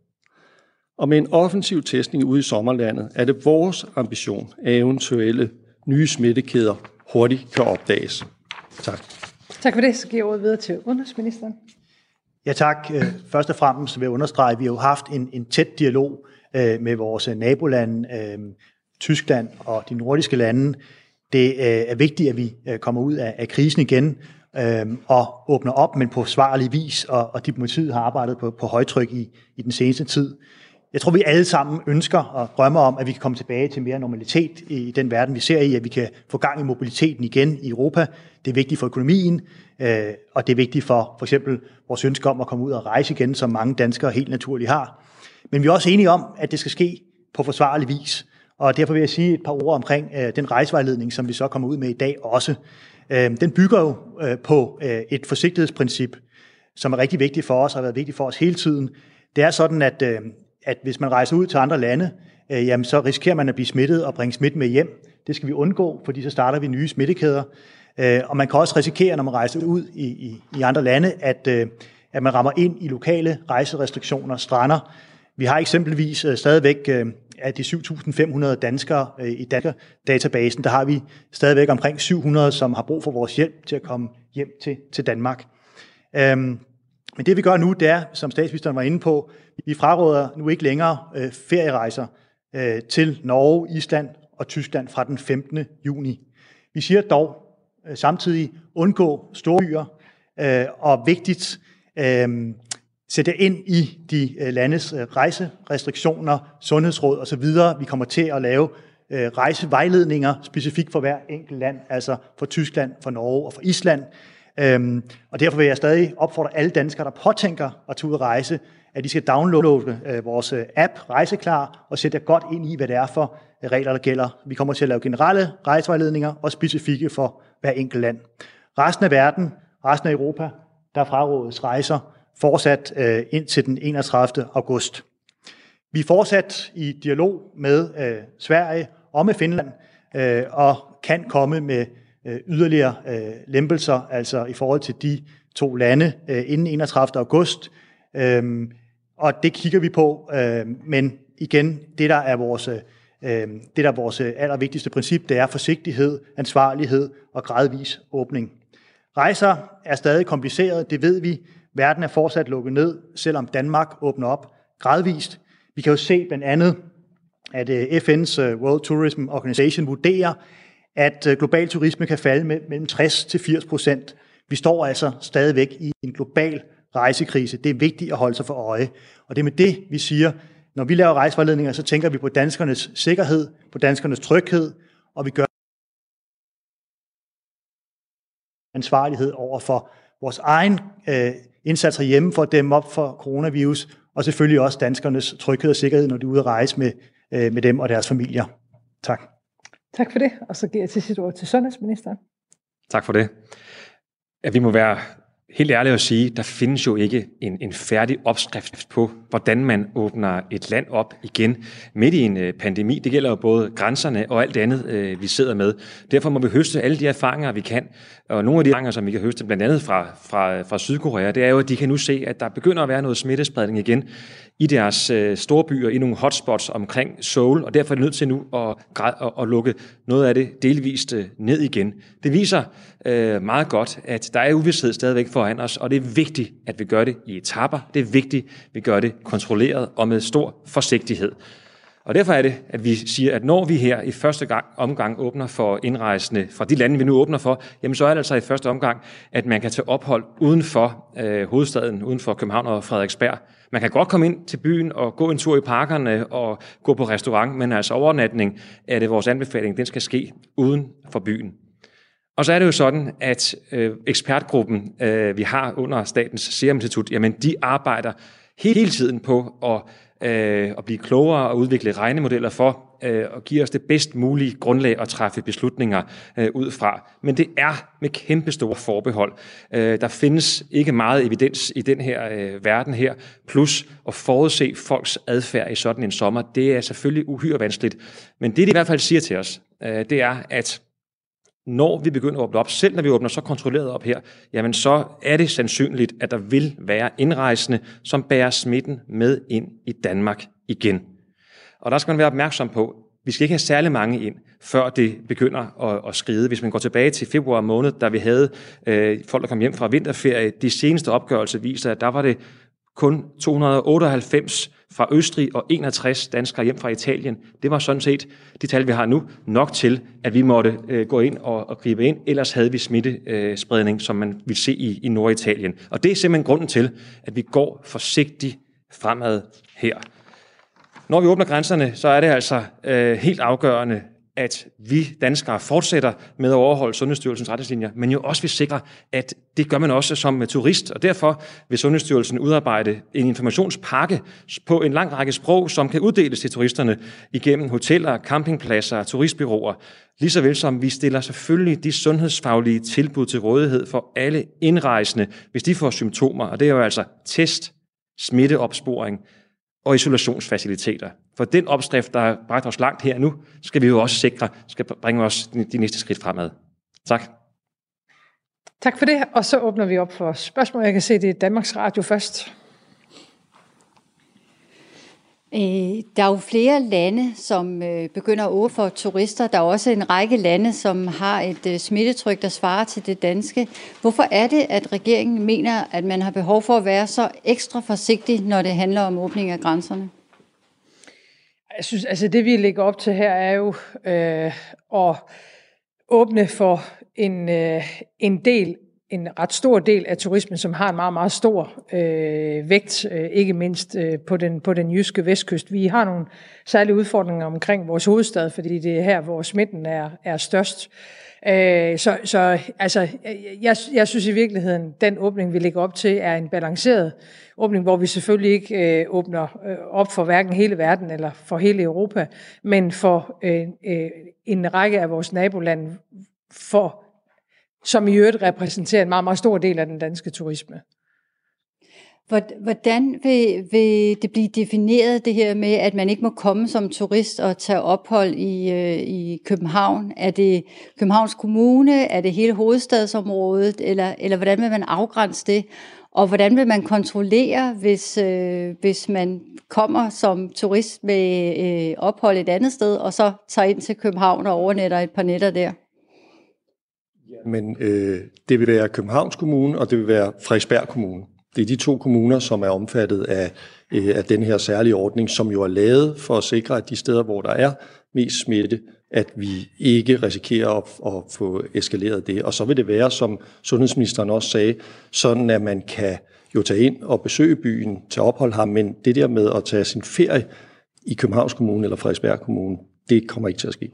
Og med en offensiv testning ude i sommerlandet er det vores ambition, at eventuelle nye smittekæder hurtigt kan opdages. Tak. Tak for det. Så giver jeg ordet videre til udenrigsministeren. Ja, tak. Først og fremmest vil jeg understrege, at vi har jo haft en, en tæt dialog øh, med vores nabolande, øh, Tyskland og de nordiske lande. Det øh, er vigtigt, at vi øh, kommer ud af, af krisen igen øh, og åbner op, men på forsvarlig vis, og, og diplomatiet har arbejdet på, på højtryk i, i den seneste tid. Jeg tror, vi alle sammen ønsker og drømmer om, at vi kan komme tilbage til mere normalitet i den verden, vi ser i, at vi kan få gang i mobiliteten igen i Europa. Det er vigtigt for økonomien, øh, og det er vigtigt for for eksempel vores ønske om at komme ud og rejse igen, som mange danskere helt naturligt har. Men vi er også enige om, at det skal ske på forsvarlig vis, og derfor vil jeg sige et par ord omkring øh, den rejsevejledning, som vi så kommer ud med i dag også. Øh, den bygger jo øh, på øh, et forsigtighedsprincip, som er rigtig vigtigt for os og har været vigtigt for os hele tiden. Det er sådan, at øh, at hvis man rejser ud til andre lande, øh, jamen, så risikerer man at blive smittet og bringe smitte med hjem. Det skal vi undgå, fordi så starter vi nye smittekæder. Øh, og man kan også risikere, når man rejser ud i, i, i andre lande, at, øh, at man rammer ind i lokale rejserestriktioner, strander. Vi har eksempelvis øh, stadigvæk øh, af de syv tusind fem hundrede danskere øh, i databasen, der har vi stadigvæk omkring syv hundrede, som har brug for vores hjælp til at komme hjem til, til Danmark. Øh, Men det vi gør nu, det er, som statsministeren var inde på, vi fraråder nu ikke længere øh, ferierejser øh, til Norge, Island og Tyskland fra den femtende juni. Vi siger dog øh, samtidig undgå storbyer øh, og vigtigt øh, sætte ind i de øh, landes øh, rejserestriktioner, sundhedsråd osv. Vi kommer til at lave øh, rejsevejledninger specifikt for hver enkelt land, altså for Tyskland, for Norge og for Island. Øhm, og derfor vil jeg stadig opfordre alle danskere, der påtænker at tage ud og rejse, at de skal downloade øh, vores app Rejseklar og sætte jer godt ind i, hvad det er for øh, regler, der gælder. Vi kommer til at lave generelle rejsevejledninger og specifikke for hver enkelt land. Resten af verden, resten af Europa, der frarådes rejser fortsat øh, indtil den enogtredivte august. Vi er fortsat i dialog med øh, Sverige og med Finland øh, og kan komme med yderligere øh, lempelser, altså i forhold til de to lande, øh, inden enogtredivte august. Øhm, og det kigger vi på, øh, men igen, det der er vores, øh, det der er vores allervigtigste princip, det er forsigtighed, ansvarlighed og gradvis åbning. Rejser er stadig kompliceret, det ved vi. Verden er fortsat lukket ned, selvom Danmark åbner op gradvist. Vi kan jo se blandt andet, at øh, F N's øh, World Tourism Organization vurderer, at global turisme kan falde med mellem tres til firs procent. Vi står altså stadigvæk i en global rejsekrise. Det er vigtigt at holde sig for øje. Og det er med det, vi siger, når vi laver rejsevejledninger, så tænker vi på danskernes sikkerhed, på danskernes tryghed, og vi gør ansvarlighed over for vores egen øh, indsats herhjemme for at dæmme op for coronavirus, og selvfølgelig også danskernes tryghed og sikkerhed, når de er ude at rejse med, øh, med dem og deres familier. Tak. Tak for det, og så giver jeg til sit ord til sundhedsministeren. Tak for det. Ja, vi må være helt ærlige at sige, der findes jo ikke en, en færdig opskrift på, hvordan man åbner et land op igen midt i en pandemi. Det gælder jo både grænserne og alt det andet, øh, vi sidder med. Derfor må vi høste alle de erfaringer, vi kan. Og nogle af de erfaringer, som vi kan høste, blandt andet fra, fra, fra Sydkorea, det er jo, at de kan nu se, at der begynder at være noget smittespredning igen i deres øh, store byer, i nogle hotspots omkring Seoul, og derfor er det nødt til nu at, at, at lukke noget af det delvist øh, ned igen. Det viser øh, meget godt, at der er uvished stadigvæk foran os, og det er vigtigt, at vi gør det i etaper. Det er vigtigt, at vi gør det kontrolleret og med stor forsigtighed. Og derfor er det, at vi siger, at når vi her i første gang, omgang åbner for indrejsende fra de lande, vi nu åbner for, jamen så er det altså i første omgang, at man kan tage ophold uden for øh, hovedstaden, uden for København og Frederiksberg. Man kan godt komme ind til byen og gå en tur i parkerne og gå på restaurant, men altså overnatning er det vores anbefaling, den skal ske uden for byen. Og så er det jo sådan, at øh, ekspertgruppen, øh, vi har under Statens Serum Institut, jamen de arbejder hele tiden på at øh, at blive klogere og udvikle regnemodeller for øh, at give os det bedst mulige grundlag at træffe beslutninger øh, ud fra. Men det er med kæmpe store forbehold. Øh, der findes ikke meget evidens i den her øh, verden her, plus at forudse folks adfærd i sådan en sommer, det er selvfølgelig uhyre vanskeligt. Men det, de i hvert fald siger til os, øh, det er, at når vi begynder at åbne op, selv når vi åbner så kontrolleret op her, jamen så er det sandsynligt, at der vil være indrejsende, som bærer smitten med ind i Danmark igen. Og der skal man være opmærksom på, vi skal ikke have særlig mange ind, før det begynder at, at skride. Hvis man går tilbage til februar måned, da vi havde øh, folk, der kom hjem fra vinterferie, de seneste opgørelser viser, at der var det kun to hundrede og otteoghalvfems fra Østrig og enogtres danskere hjem fra Italien. Det var sådan set de tal, vi har nu, nok til, at vi måtte øh, gå ind og, og gribe ind. Ellers havde vi smittespredning, som man vil se i, i Norditalien. Og det er simpelthen grunden til, at vi går forsigtigt fremad her. Når vi åbner grænserne, så er det altså øh, helt afgørende, at vi danskere fortsætter med at overholde Sundhedsstyrelsens retningslinjer, men jo også vil sikre, at det gør man også som turist, og derfor vil Sundhedsstyrelsen udarbejde en informationspakke på en lang række sprog, som kan uddeles til turisterne igennem hoteller, campingpladser og turistbureauer, lige så vel som vi stiller selvfølgelig de sundhedsfaglige tilbud til rådighed for alle indrejsende, hvis de får symptomer, og det er jo altså test, smitteopsporing og isolationsfaciliteter. For den opskrift, der har bragt os langt her nu, skal vi jo også sikre, skal bringe os de næste skridt fremad. Tak. Tak for det, og så åbner vi op for spørgsmål. Jeg kan se, det er Danmarks Radio først. Der er jo flere lande, som begynder at åbne for turister. Der er også en række lande, som har et smittetryk, der svarer til det danske. Hvorfor er det, at regeringen mener, at man har behov for at være så ekstra forsigtig, når det handler om åbning af grænserne? Jeg synes, altså det vi lægger op til her er jo øh, at åbne for en, øh, en del, en ret stor del af turismen, som har en meget, meget stor øh, vægt, øh, ikke mindst øh, på, den, på den jyske vestkyst. Vi har nogle særlige udfordringer omkring vores hovedstad, fordi det er her, hvor smitten er, er størst. Øh, så så altså, jeg, jeg synes i virkeligheden, den åbning, vi lægger op til, er en balanceret åbning, hvor vi selvfølgelig ikke øh, åbner øh, op for hverken hele verden eller for hele Europa, men for øh, øh, en række af vores nabolande, for, som i øvrigt repræsenterer en meget, meget stor del af den danske turisme. Hvordan vil, vil det blive defineret, det her med, at man ikke må komme som turist og tage ophold i, øh, i København? Er det Københavns Kommune? Er det hele hovedstadsområdet? Eller, eller hvordan vil man afgrænse det? Og hvordan vil man kontrollere, hvis, øh, hvis man kommer som turist med øh, ophold et andet sted, og så tager ind til København og overnatter et par nætter der? Men øh, det vil være Københavns Kommune, og det vil være Frederiksberg Kommune. Det er de to kommuner, som er omfattet af, øh, af den her særlige ordning, som jo er lavet for at sikre, at de steder, hvor der er mest smitte, at vi ikke risikerer at, at få eskaleret det. Og så vil det være, som sundhedsministeren også sagde, sådan at man kan jo tage ind og besøge byen, tage ophold her, men det der med at tage sin ferie i Københavns Kommune eller Frederiksberg Kommune, det kommer ikke til at ske.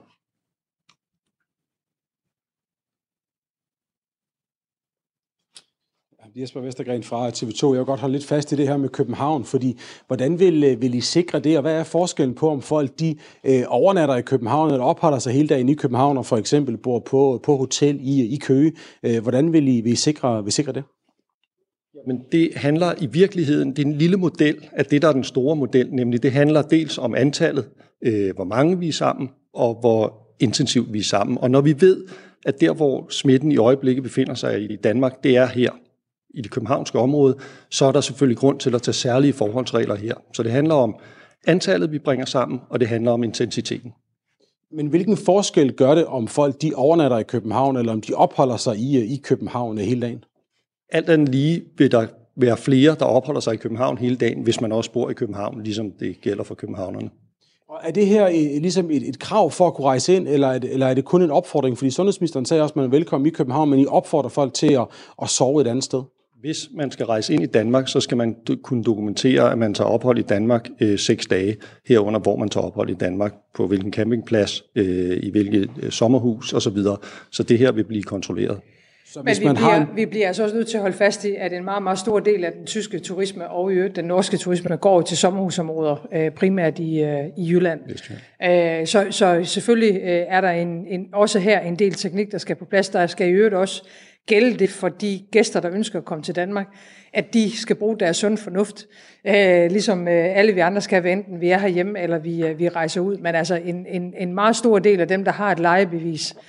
Jesper Vestergren fra T V to. Jeg vil godt holde lidt fast i det her med København, fordi hvordan vil, vil I sikre det, og hvad er forskellen på, om folk de øh, overnatter i København, eller opholder sig hele dagen i København, og for eksempel bor på, på hotel i, i Køge? Øh, hvordan vil I, vil I, sikre, vil I sikre det? Men det handler i virkeligheden, det er en lille model af det, der er den store model, nemlig det handler dels om antallet, øh, hvor mange vi er sammen, og hvor intensivt vi er sammen. Og når vi ved, at der, hvor smitten i øjeblikket befinder sig i Danmark, det er her, i det københavnske område, så er der selvfølgelig grund til at tage særlige forholdsregler her. Så det handler om antallet, vi bringer sammen, og det handler om intensiteten. Men hvilken forskel gør det, om folk de overnatter i København, eller om de opholder sig i, i København hele dagen? Alt andet lige vil der være flere, der opholder sig i København hele dagen, hvis man også bor i København, ligesom det gælder for københavnerne. Og er det her ligesom et, et krav for at kunne rejse ind, eller er, det, eller er det kun en opfordring? Fordi sundhedsministeren sagde også, at man er velkommen i København, men I opfordrer folk til at, at sove et andet sted. Hvis man skal rejse ind i Danmark, så skal man kunne dokumentere, at man tager ophold i Danmark øh, seks dage, herunder hvor man tager ophold i Danmark, på hvilken campingplads, øh, i hvilket øh, sommerhus osv. Så, så det her vil blive kontrolleret. Så hvis Men vi, man bliver, har en... vi bliver altså også nødt til at holde fast i, at en meget, meget stor del af den tyske turisme og i øvrigt den norske turisme går til sommerhusområder, øh, primært i, øh, i Jylland. Øh, så, så selvfølgelig øh, er der en, en, også her en del teknik, der skal på plads. Der skal i øvrigt også gælde det for de gæster, der ønsker at komme til Danmark, at de skal bruge deres sund fornuft, øh, ligesom øh, alle vi andre skal, enten vi er herhjemme, eller vi, øh, vi rejser ud. Men altså en, en, en meget stor del af dem, der har et lejebevis,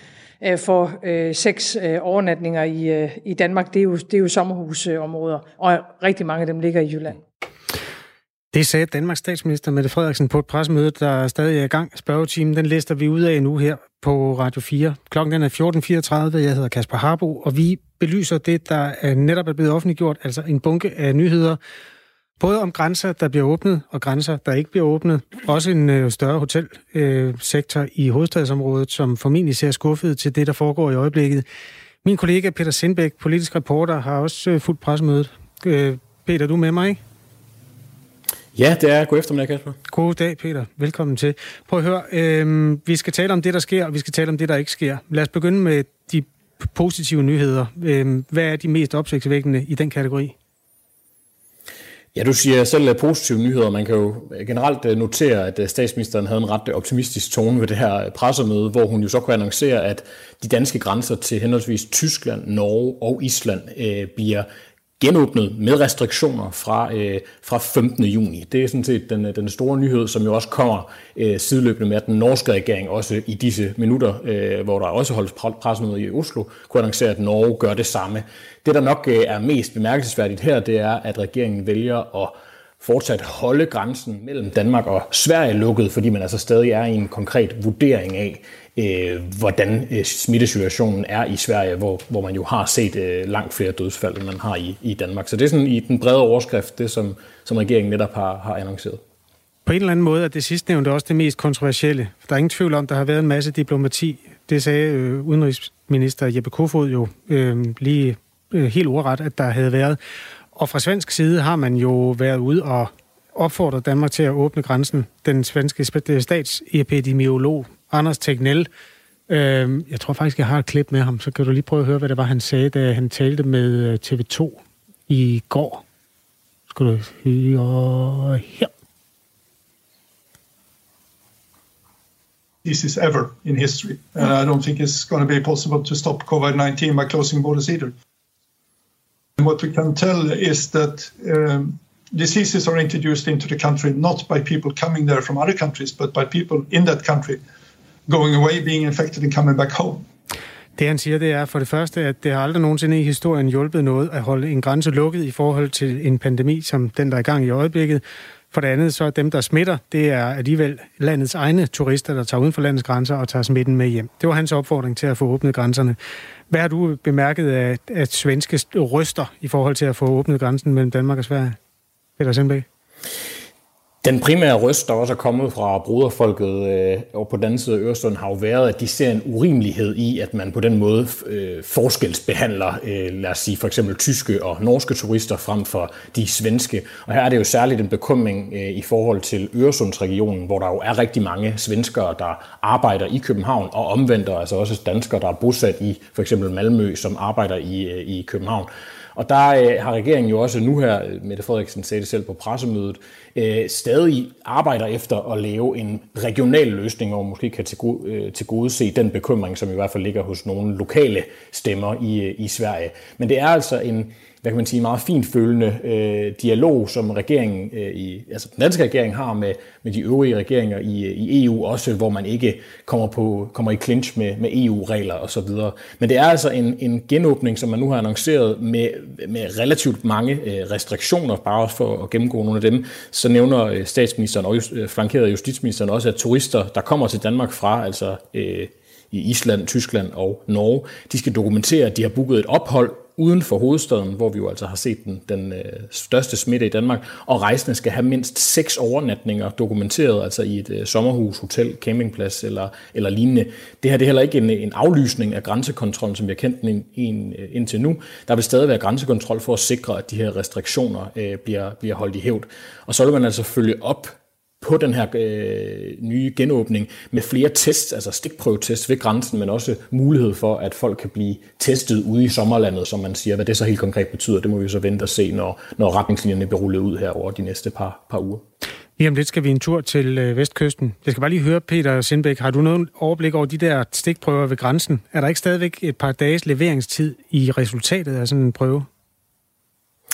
øh, for øh, seks øh, overnatninger i, øh, i Danmark. Det er jo, det er jo sommerhusområder, og rigtig mange af dem ligger i Jylland. Det sagde Danmarks statsminister Mette Frederiksen på et pressemøde, der stadig er i gang. Spørgetimen, den lister vi ud af nu her på Radio fire. Klokken er fjorten fireogtredive. Jeg hedder Kasper Harbo, og vi belyser det, der netop er blevet offentliggjort, altså en bunke af nyheder, både om grænser, der bliver åbnet, og grænser, der ikke bliver åbnet. Også en øh, større hotelsektor øh, i hovedstadsområdet, som formentlig ser skuffet til det, der foregår i øjeblikket. Min kollega Peter Sindbæk, politisk reporter, har også øh, fulgt pressemødet. Øh, Peter, du er med mig, ikke? Ja, det er. God eftermiddag, Kasper. God dag, Peter. Velkommen til. Prøv at høre, øh, vi skal tale om det, der sker, og vi skal tale om det, der ikke sker. Lad os begynde med de positive nyheder. Øh, hvad er de mest opsigtsvækkende i den kategori? Ja, du siger selv positive nyheder. Man kan jo generelt notere, at statsministeren havde en ret optimistisk tone ved det her pressemøde, hvor hun jo så kunne annoncere, at de danske grænser til henholdsvis Tyskland, Norge og Island øh, bliver genåbnet med restriktioner fra, øh, fra femtende juni. Det er sådan set den, den store nyhed, som jo også kommer øh, sideløbende med, at den norske regering også i disse minutter, øh, hvor der også holdes pressemøde i Oslo, kunne annoncere, at Norge gør det samme. Det, der nok øh, er mest bemærkelsesværdigt her, det er, at regeringen vælger at fortsat holde grænsen mellem Danmark og Sverige lukket, fordi man altså stadig er i en konkret vurdering af, øh, hvordan øh, smittesituationen er i Sverige, hvor, hvor man jo har set øh, langt flere dødsfald, end man har i, i Danmark. Så det er sådan i den brede overskrift, det som, som regeringen netop har, har annonceret. På en eller anden måde er det sidstnævnte også det mest kontroversielle. Der er ingen tvivl om, der har været en masse diplomati. Det sagde øh, udenrigsminister Jeppe Kofod jo øh, lige øh, helt ordret, at der havde været. Og fra svensk side har man jo været ude og opfordret Danmark til at åbne grænsen. Den svenske statsepidemiolog Anders Tegnell, øh, jeg tror faktisk, jeg har et klip med ham, så kan du lige prøve at høre, hvad det var, han sagde, da han talte med T V to i går. Skal du høre her. This is ever in history. And I don't think it's going to be possible to stop COVID nineteen by closing borders either. And what we can tell is that um, diseases are introduced into the country not by people coming there from other countries, but by people in that country going away, being infected and coming back home. Det han siger, det er for det første, at det har aldrig nogensinde i historien hjulpet noget at holde en grænse lukket i forhold til en pandemi, som den, der er i gang i øjeblikket. For det andet, så er dem, der smitter, det er alligevel landets egne turister, der tager uden for landets grænser og tager smitten med hjem. Det var hans opfordring til at få åbnet grænserne. Hvad har du bemærket af, af svenske røster i forhold til at få åbnet grænsen mellem Danmark og Sverige? Peter Sindbæk? Den primære røst, der også er kommet fra broderfolket øh, over på den anden side af Øresund, har jo været, at de ser en urimelighed i, at man på den måde øh, forskelsbehandler, øh, lad os sige for eksempel tyske og norske turister frem for de svenske. Og her er det jo særligt en bekymring øh, i forhold til Øresundsregionen, hvor der jo er rigtig mange svenskere, der arbejder i København, og omvendt altså også danskere, der er bosat i for eksempel Malmø, som arbejder i, øh, i København. Og der øh, har regeringen jo også nu her, Mette Frederiksen sagde det selv på pressemødet, øh, stadig arbejder efter at lave en regional løsning, hvor man måske kan tilgode, øh, tilgodese den bekymring, som i hvert fald ligger hos nogle lokale stemmer i, i Sverige. Men det er altså en, hvad kan man sige, meget finfølende øh, dialog, som regeringen, øh, i, altså den danske regering har med, med de øvrige regeringer i, i E U, også hvor man ikke kommer, på, kommer i clinch med, med E U-regler osv. Men det er altså en, en genåbning, som man nu har annonceret med, med relativt mange øh, restriktioner, bare for at gennemgå nogle af dem. Så nævner statsministeren og øh, flankeret justitsministeren også, at turister, der kommer til Danmark fra, altså øh, i Island, Tyskland og Norge, de skal dokumentere, at de har booket et ophold uden for hovedstaden, hvor vi jo altså har set den, den øh, største smitte i Danmark, og rejsende skal have mindst seks overnatninger dokumenteret, altså i et øh, sommerhus, hotel, campingplads eller, eller lignende. Det her det er heller ikke en, en aflysning af grænsekontrollen, som vi har kendt den ind, ind, indtil nu. Der vil stadig være grænsekontrol for at sikre, at de her restriktioner øh, bliver, bliver holdt i hævd. Og så vil man altså følge op på den her øh, nye genåbning med flere tests, altså stikprøvetests ved grænsen, men også mulighed for, at folk kan blive testet ude i sommerlandet, som man siger. Hvad det så helt konkret betyder, det må vi så vente og se, når, når retningslinjerne bliver rullet ud her over de næste par, par uger. Lige om lidt skal vi en tur til øh, Vestkysten. Jeg skal bare lige høre, Peter Sindbæk, har du noget overblik over de der stikprøver ved grænsen? Er der ikke stadigvæk et par dages leveringstid i resultatet af sådan en prøve?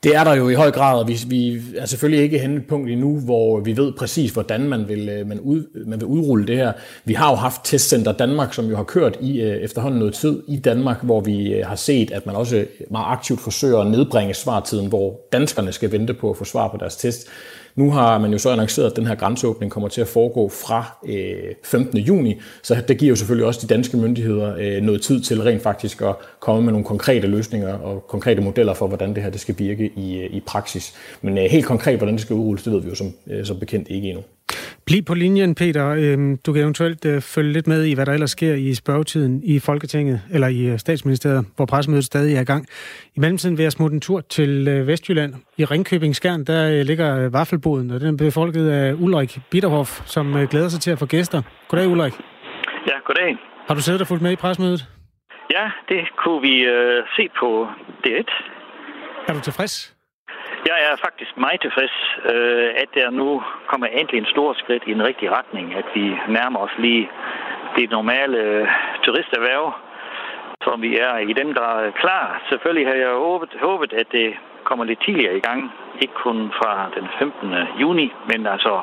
Det er der jo i høj grad, og vi, vi er selvfølgelig ikke henne et punkt endnu, hvor vi ved præcis, hvordan man vil, man, ud, man vil udrulle det her. Vi har jo haft Testcenter Danmark, som jo har kørt i efterhånden noget tid i Danmark, hvor vi har set, at man også meget aktivt forsøger at nedbringe svartiden, hvor danskerne skal vente på at få svar på deres test. Nu har man jo så annonceret, at den her grænseåbning kommer til at foregå fra øh, femtende juni, så det giver jo selvfølgelig også de danske myndigheder øh, noget tid til rent faktisk at komme med nogle konkrete løsninger og konkrete modeller for, hvordan det her det skal virke i, i praksis. Men øh, helt konkret, hvordan det skal udrulles, det ved vi jo som, øh, som bekendt ikke endnu. Bliv på linjen, Peter. Du kan eventuelt følge lidt med i, hvad der ellers sker i spørgetiden i Folketinget, eller i Statsministeriet, hvor pressemødet stadig er i gang. I mellemtiden vil jeg smutte en tur til Vestjylland. I Ringkøbing Skjern, der ligger vaffelboden, og den er befolket af Ulrik Bitterhoff, som glæder sig til at få gæster. Goddag, Ulrik. Ja, goddag. Har du siddet og fulgt med i pressemødet? Ja, det kunne vi øh, se på D et. Er du tilfreds? Jeg er faktisk meget tilfreds, øh, at der nu kommer endelig en stor skridt i den rigtige retning, at vi nærmer os lige det normale øh, turisterhverv, som vi er i den grad klar. Selvfølgelig har jeg håbet, håbet, at det kommer lidt tidligere i gang, ikke kun fra den femtende juni, men altså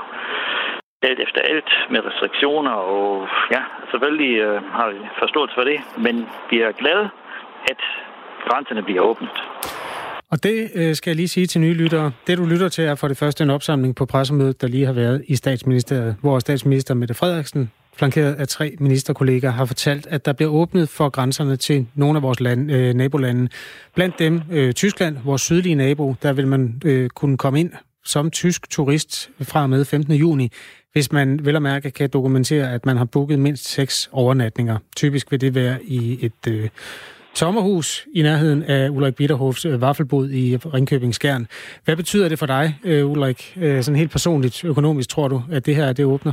alt efter alt med restriktioner, og ja, selvfølgelig øh, har vi forståelse for det, men vi er glade, at grænserne bliver åbnet. Og det øh, skal jeg lige sige til nye lyttere. Det, du lytter til, er for det første en opsamling på pressemødet, der lige har været i Statsministeriet, hvor statsminister Mette Frederiksen, flankeret af tre ministerkolleger, har fortalt, at der bliver åbnet for grænserne til nogle af vores land, øh, nabolande. Blandt dem øh, Tyskland, vores sydlige nabo, der vil man øh, kunne komme ind som tysk turist fra og med femtende juni, hvis man vel at mærke kan dokumentere, at man har booket mindst seks overnatninger. Typisk vil det være i et øh, sommerhus i nærheden af Ulrik Bitterhoffs øh, vaffelbod i Ringkøbing Skjern. Hvad betyder det for dig, øh, Ulrik, øh, sådan helt personligt, økonomisk, tror du, at det her det åbner?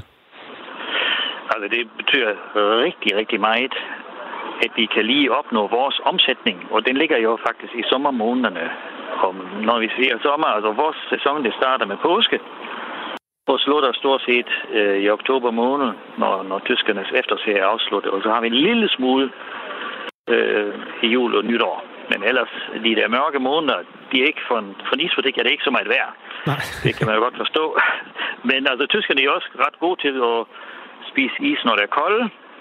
Altså, det betyder rigtig, rigtig meget, at vi kan lige opnå vores omsætning, og den ligger jo faktisk i sommermånederne. Og når vi siger sommer, altså vores sæson, det starter med påske, og slutter stort set øh, i oktober måned, når, når tyskernes efterserie er afsluttet. Og så har vi en lille smule øh, i jul og nytår. Men ellers, de der mørke måneder, de er ikke for en, for en isbutik, er det ikke så meget værd. Nej. Det kan man jo godt forstå. Men altså, tyskerne er også ret gode til at spise is, når det er koldt.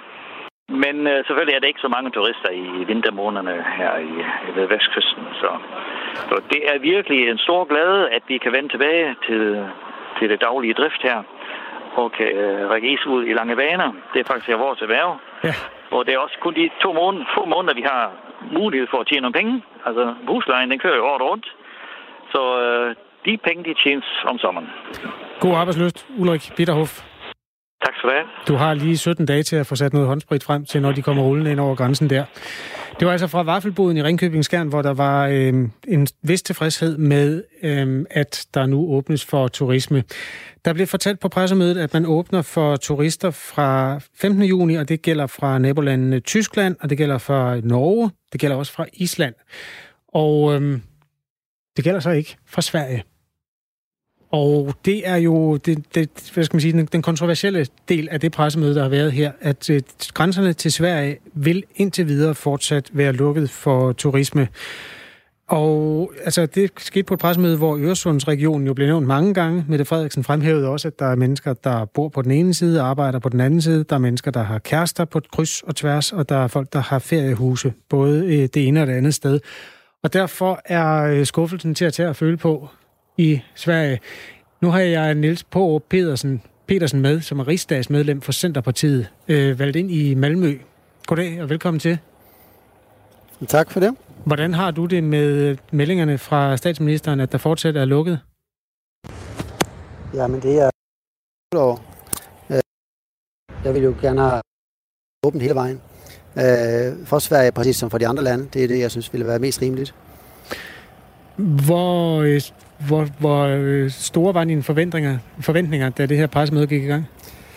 Men øh, selvfølgelig er der ikke så mange turister i vintermånederne her i, i ved vestkysten. Så, så det er virkelig en stor glæde, at vi kan vende tilbage til, til det daglige drift her. Og kan øh, række is ud i lange baner. Det er faktisk vores erhverv. Ja. Og det er også kun de to måneder, få måneder, vi har mulighed for at tjene nogle penge. Altså huslejen, den kører jo året rundt. Så øh, de penge, de tjenes om sommeren. God arbejdsløst, Ulrik Bitterhoff. Tak skal du have. Du har lige sytten dage til at få sat noget håndsprit frem til, når de kommer rullende ind over grænsen der. Det var altså fra vaffelboden i Ringkøbing Skjern, hvor der var øh, en vis tilfredshed med, øh, at der nu åbnes for turisme. Der blev fortalt på pressemødet, at man åbner for turister fra femtende juni, og det gælder fra nabolandene Tyskland, og det gælder fra Norge, det gælder også fra Island. Og øh, det gælder så ikke fra Sverige. Og det er jo det, det, hvad skal man sige, den, den kontroversielle del af det pressemøde, der har været her, at øh, grænserne til Sverige vil indtil videre fortsat være lukket for turisme. Og altså, det skete på et pressemøde, hvor Øresundsregionen jo blev nævnt mange gange. Mette Frederiksen fremhævede også, at der er mennesker, der bor på den ene side og arbejder på den anden side. Der er mennesker, der har kærester på et kryds og tværs, og der er folk, der har feriehuse, både det ene og det andet sted. Og derfor er skuffelsen til at tage at føle på i Sverige. Nu har jeg Niels Paarup Pedersen, Petersen med, som er rigsdagsmedlem for Centerpartiet, øh, valgt ind i Malmø. Goddag og velkommen til. Tak for det. Hvordan har du det med meldingerne fra statsministeren, at der fortsat er lukket? Jamen det er... Jeg vil jo gerne have åbent hele vejen. For Sverige, præcis som for de andre lande, det er det, jeg synes ville være mest rimeligt. Hvor, hvor, hvor store var dine forventninger, forventninger, da det her pressemøde gik i gang?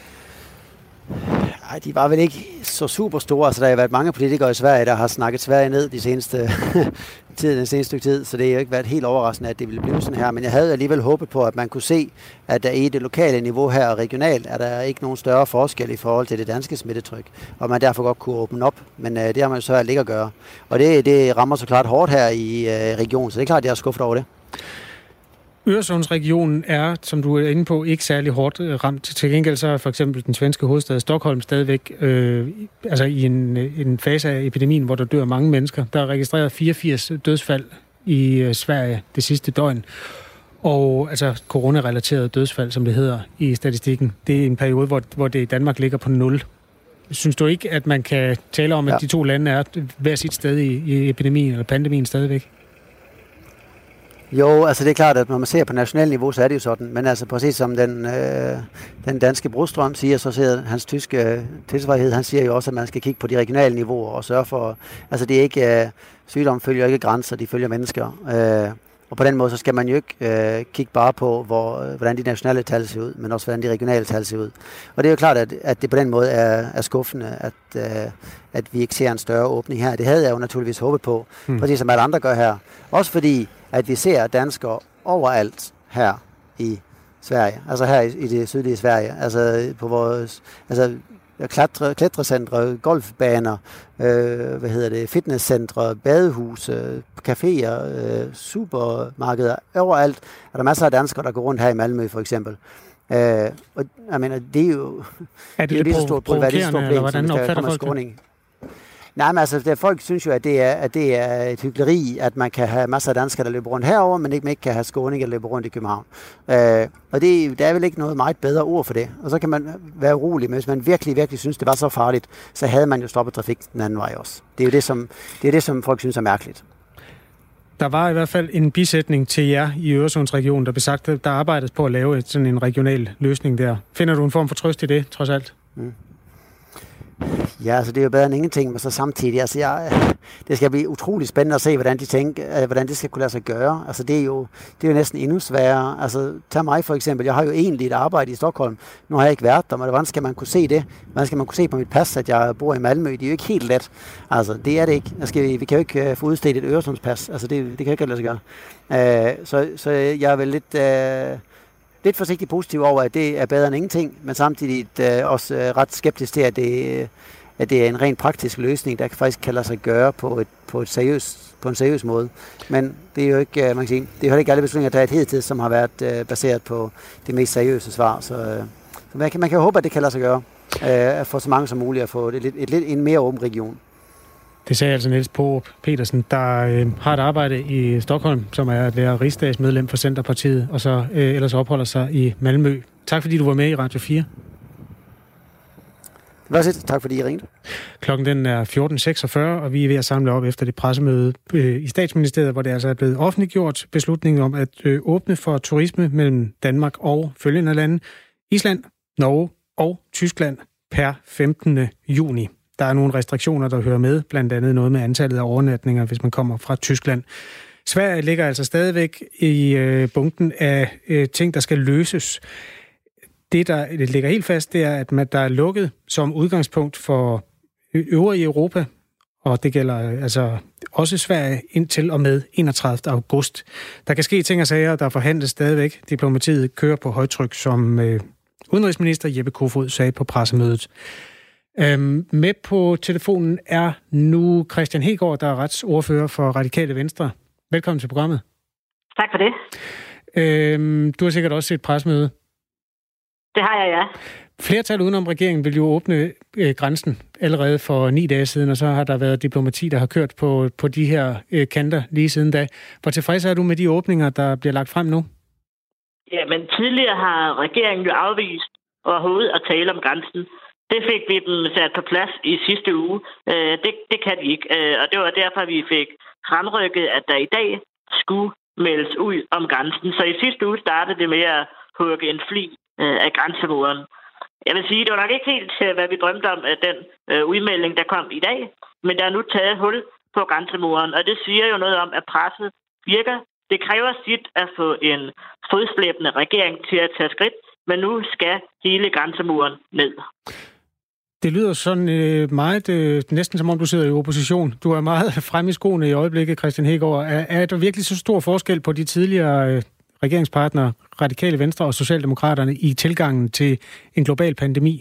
Nej, de var vel ikke så super store. Altså, der har været mange politikere i Sverige, der har snakket Sverige ned de seneste tid, den seneste stykke tid, så det har jo ikke været helt overraskende, at det ville blive sådan her. Men jeg havde alligevel håbet på, at man kunne se, at der i det lokale niveau her og regionalt, er der ikke nogen større forskel i forhold til det danske smittetryk, og man derfor godt kunne åbne op. Men øh, det har man jo så ikke at gøre. Og det, det rammer så klart hårdt her i øh, regionen, så det er klart, at jeg er skuffet over det. Øresundsregionen er, som du er inde på, ikke særlig hårdt ramt. Til gengæld så er for eksempel den svenske hovedstad Stockholm stadigvæk øh, altså i en, en fase af epidemien, hvor der dør mange mennesker. Der er registreret fireogfirs dødsfald i øh, Sverige det sidste døgn. Og altså coronarelaterede dødsfald, som det hedder i statistikken, det er en periode, hvor, hvor det i Danmark ligger på nul. Synes du ikke, at man kan tale om, at ja. de to lande er hver sit sted i, i epidemien eller pandemien stadigvæk? Jo, altså det er klart, at når man ser på national niveau, så er det jo sådan. Men altså præcis som den, øh, den danske Brostrøm siger, så siger hans tyske øh, tilsvarighed, han siger jo også, at man skal kigge på de regionale niveauer og sørge for, altså det er ikke, øh, sygdom følger ikke grænser, de følger mennesker. Øh, og på den måde, så skal man jo ikke øh, kigge bare på, hvor, øh, hvordan de nationale tal ser ud, men også hvordan de regionale tal ser ud. Og det er jo klart, at, at det på den måde er, er skuffende, at, øh, at vi ikke ser en større åbning her. Det havde jeg jo naturligvis håbet på, hmm. præcis som alle andre gør her. Også fordi, at vi ser danskere overalt her i Sverige, altså her i, i det sydlige Sverige, altså på vores altså klatre, klatrecentre, golfbaner, øh, hvad hedder det, fitnesscentre, badehuse, caféer, øh, supermarkeder, overalt er der masser af danskere, der går rundt her i Malmø for eksempel. Øh, og jeg mener, det er jo, er det, det er jo lige så stort problem, som der kommer skråning. Nej, men altså, det, folk synes jo, at det, er, at det er et hykleri, at man kan have masser af danskere, der løber rundt herover, men ikke, man ikke kan have skåning, der løber rundt i København. Øh, og det, der er vel ikke noget meget bedre ord for det. Og så kan man være urolig, men hvis man virkelig, virkelig synes, det var så farligt, så havde man jo stoppet trafik den anden vej også. Det er jo det, som, det er det, som folk synes er mærkeligt. Der var i hvert fald en bisætning til jer i Øresundsregionen, der blev sagt, at der arbejdes på at lave et, sådan en regional løsning der. Finder du en form for trøst i det, trods alt? Mm. Ja, altså det er jo bedre end ingenting, men så samtidig, altså jeg, det skal blive utrolig spændende at se, hvordan de tænker, hvordan det skal kunne lade sig gøre. Altså det er jo, det er jo næsten endnu sværere. Altså tag mig for eksempel, jeg har jo egentlig et arbejde i Stockholm, nu har jeg ikke været der, men hvordan skal man kunne se det? Hvordan skal man kunne se på mit pas, at jeg bor i Malmø? Det er jo ikke helt let. Altså det er det ikke. Jeg skal, vi kan jo ikke få udstedt et Øresundspas, altså det, det kan ikke lade sig gøre. Uh, så, så jeg er vel lidt... Uh, lidt forsigtigt positiv over, at det er bedre end ingenting, men samtidig øh, også øh, ret skeptisk til, at det, øh, at det er en rent praktisk løsning, der faktisk kan lade sig gøre på, et, på, et seriøs, på en seriøs måde. Men det er jo ikke, øh, man kan sige, det er jo ikke alle beslutninger, der er et hidtil, som har været øh, baseret på det mest seriøse svar. Så, øh, så man, kan, man kan håbe, at det kan lade sig gøre, øh, at få så mange som muligt at få et, et, et, et, en mere åben region. Det sagde altså Niels Porup Petersen, der øh, har et arbejde i Stockholm, som er at være rigsdagsmedlem for Centerpartiet, og så øh, ellers opholder sig i Malmø. Tak fordi du var med i Radio fire. Det var så. Tak fordi I ringede. Klokken den er fjorten seksogfyrre, og vi er ved at samle op efter det pressemøde øh, i Statsministeriet, hvor det altså er blevet offentliggjort beslutningen om at øh, åbne for turisme mellem Danmark og følgende lande, Island, Norge og Tyskland per femtende juni. Der er nogle restriktioner, der hører med, blandt andet noget med antallet af overnatninger, hvis man kommer fra Tyskland. Sverige ligger altså stadigvæk i øh, bunken af øh, ting, der skal løses. Det, der det ligger helt fast, det er, at man, der er lukket som udgangspunkt for øvrige Europa, og det gælder altså også Sverige indtil og med enogtredivte august. Der kan ske ting og sager, der forhandles stadigvæk. Diplomatiet kører på højtryk, som øh, udenrigsminister Jeppe Kofod sagde på pressemødet. Øhm, med på telefonen er nu Kristian Hegaard, der er retsordfører for Radikale Venstre. Velkommen til programmet. Tak for det. Øhm, du har sikkert også set pressemøde. Det har jeg, ja. Flertal udenom regeringen vil jo åbne øh, grænsen allerede for ni dage siden, og så har der været diplomati, der har kørt på, på de her øh, kanter lige siden da. Hvor tilfreds er du med de åbninger, der bliver lagt frem nu? Ja, men tidligere har regeringen jo afvist overhovedet at tale om grænsen. Det fik vi dem sat på plads i sidste uge. Øh, det, det kan de ikke. Øh, og det var derfor, vi fik fremrykket, at der i dag skulle meldes ud om grænsen. Så i sidste uge startede det med at hugge en fli øh, af grænsemuren. Jeg vil sige, det var nok ikke helt til, hvad vi drømte om, af den øh, udmelding, der kom i dag. Men der er nu taget hul på grænsemuren. Og det siger jo noget om, at presset virker. Det kræver sit at få en fodslæbende regering til at tage skridt. Men nu skal hele grænsemuren ned. Det lyder sådan øh, meget, øh, næsten som om du sidder i opposition. Du er meget fremme i skoene i øjeblikket, Kristian Hegaard. Er, er der virkelig så stor forskel på de tidligere øh, regeringspartnere, Radikale Venstre og Socialdemokraterne, i tilgangen til en global pandemi?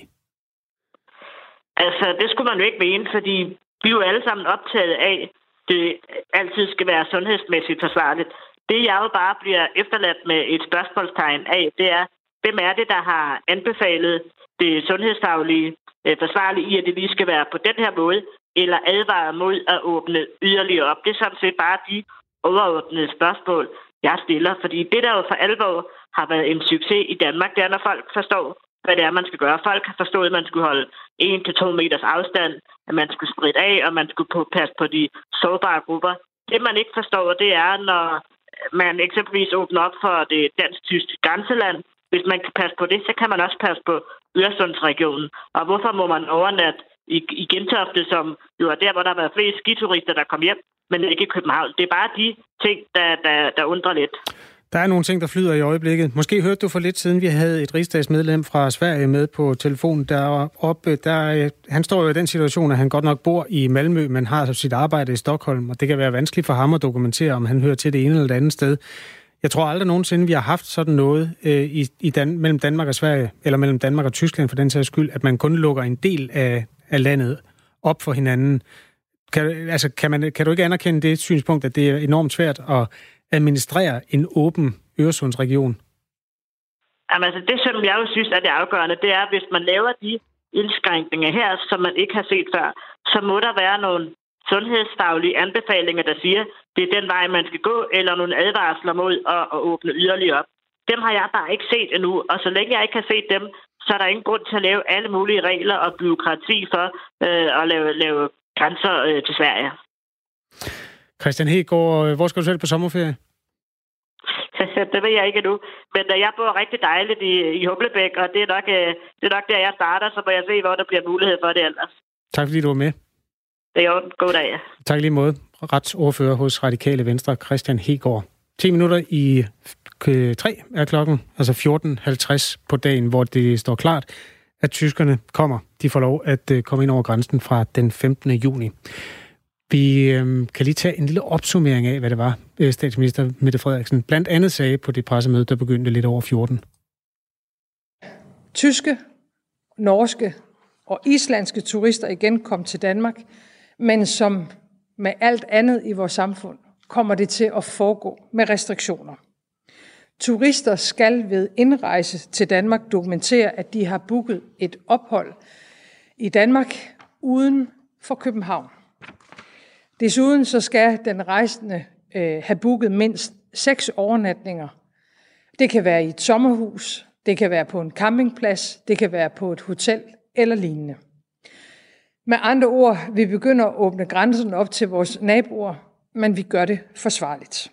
Altså, det skulle man jo ikke mene, fordi vi er jo alle sammen optaget af, at det altid skal være sundhedsmæssigt forsvarligt. Det jeg jo bare bliver efterladt med et spørgsmålstegn af, det er, hvem er det, der har anbefalet det sundhedsfaglige øh, forsvarlige i, at det lige skal være på den her måde, eller advaret mod at åbne yderligere op. Det er sådan set bare de overordnede spørgsmål, jeg stiller. Fordi det, der jo for alvor har været en succes i Danmark, det er, når folk forstår, hvad det er, man skal gøre. Folk har forstået, at man skulle holde en til to meters afstand, at man skulle spritte af, og man skulle passe på de sårbare grupper. Det, man ikke forstår, det er, når man eksempelvis åbner op for det dansk-tyske grænseland. Hvis man kan passe på det, så kan man også passe på Øresundsregionen. Og hvorfor må man overnatte i, i Gentofte, som jo er der, hvor der har været flest skiturister, der kom hjem, men ikke i København? Det er bare de ting, der, der, der undrer lidt. Der er nogle ting, der flyder i øjeblikket. Måske hørte du for lidt siden, vi havde et rigsdagsmedlem fra Sverige med på telefonen deroppe. Der, han står jo i den situation, at han godt nok bor i Malmø, men har sit arbejde i Stockholm, og det kan være vanskeligt for ham at dokumentere, om han hører til det ene eller det andet sted. Jeg tror aldrig nogensinde, vi har haft sådan noget øh, i, i Dan- mellem Danmark og Sverige, eller mellem Danmark og Tyskland for den sags skyld, at man kun lukker en del af, af landet op for hinanden. Kan, altså, kan, man, kan du ikke anerkende det synspunkt, at det er enormt svært at administrere en åben Øresundsregion? Jamen, altså, det, som jeg jo synes er det afgørende, det er, at hvis man laver de indskrænkninger her, som man ikke har set før, så må der være nogle sundhedsfaglige anbefalinger, der siger, det er den vej, man skal gå, eller nogle advarsler mod at, at åbne yderligere op. Dem har jeg bare ikke set endnu, og så længe jeg ikke har set dem, så er der ingen grund til at lave alle mulige regler og byråkrati for øh, at lave, lave grænser øh, til Sverige. Christian Hegaard, hvor skal du selv på sommerferie? Det ved jeg ikke endnu, men jeg bor rigtig dejligt i, i Humlebæk, og det er, nok, det er nok der, jeg starter, så må jeg se, hvor der bliver mulighed for det ellers. Tak fordi du var med. Det er jo en god dag. Tak lige måde. Retsordfører hos Radikale Venstre, Christian Hegaard. ti minutter i tre er klokken, altså fjorten halvtreds på dagen, hvor det står klart, at tyskerne kommer. De får lov at komme ind over grænsen fra den femtende juni. Vi øhm, kan lige tage en lille opsummering af, hvad det var, statsminister Mette Frederiksen blandt andet sagde på det pressemøde, der begyndte lidt over fjorten. Tyske, norske og islandske turister igen kom til Danmark, men som med alt andet i vores samfund kommer det til at foregå med restriktioner. Turister skal ved indrejse til Danmark dokumentere, at de har booket et ophold i Danmark uden for København. Desuden så skal den rejsende øh, have booket mindst seks overnatninger. Det kan være i et sommerhus, det kan være på en campingplads, det kan være på et hotel eller lignende. Med andre ord, vi begynder at åbne grænsen op til vores naboer, men vi gør det forsvarligt.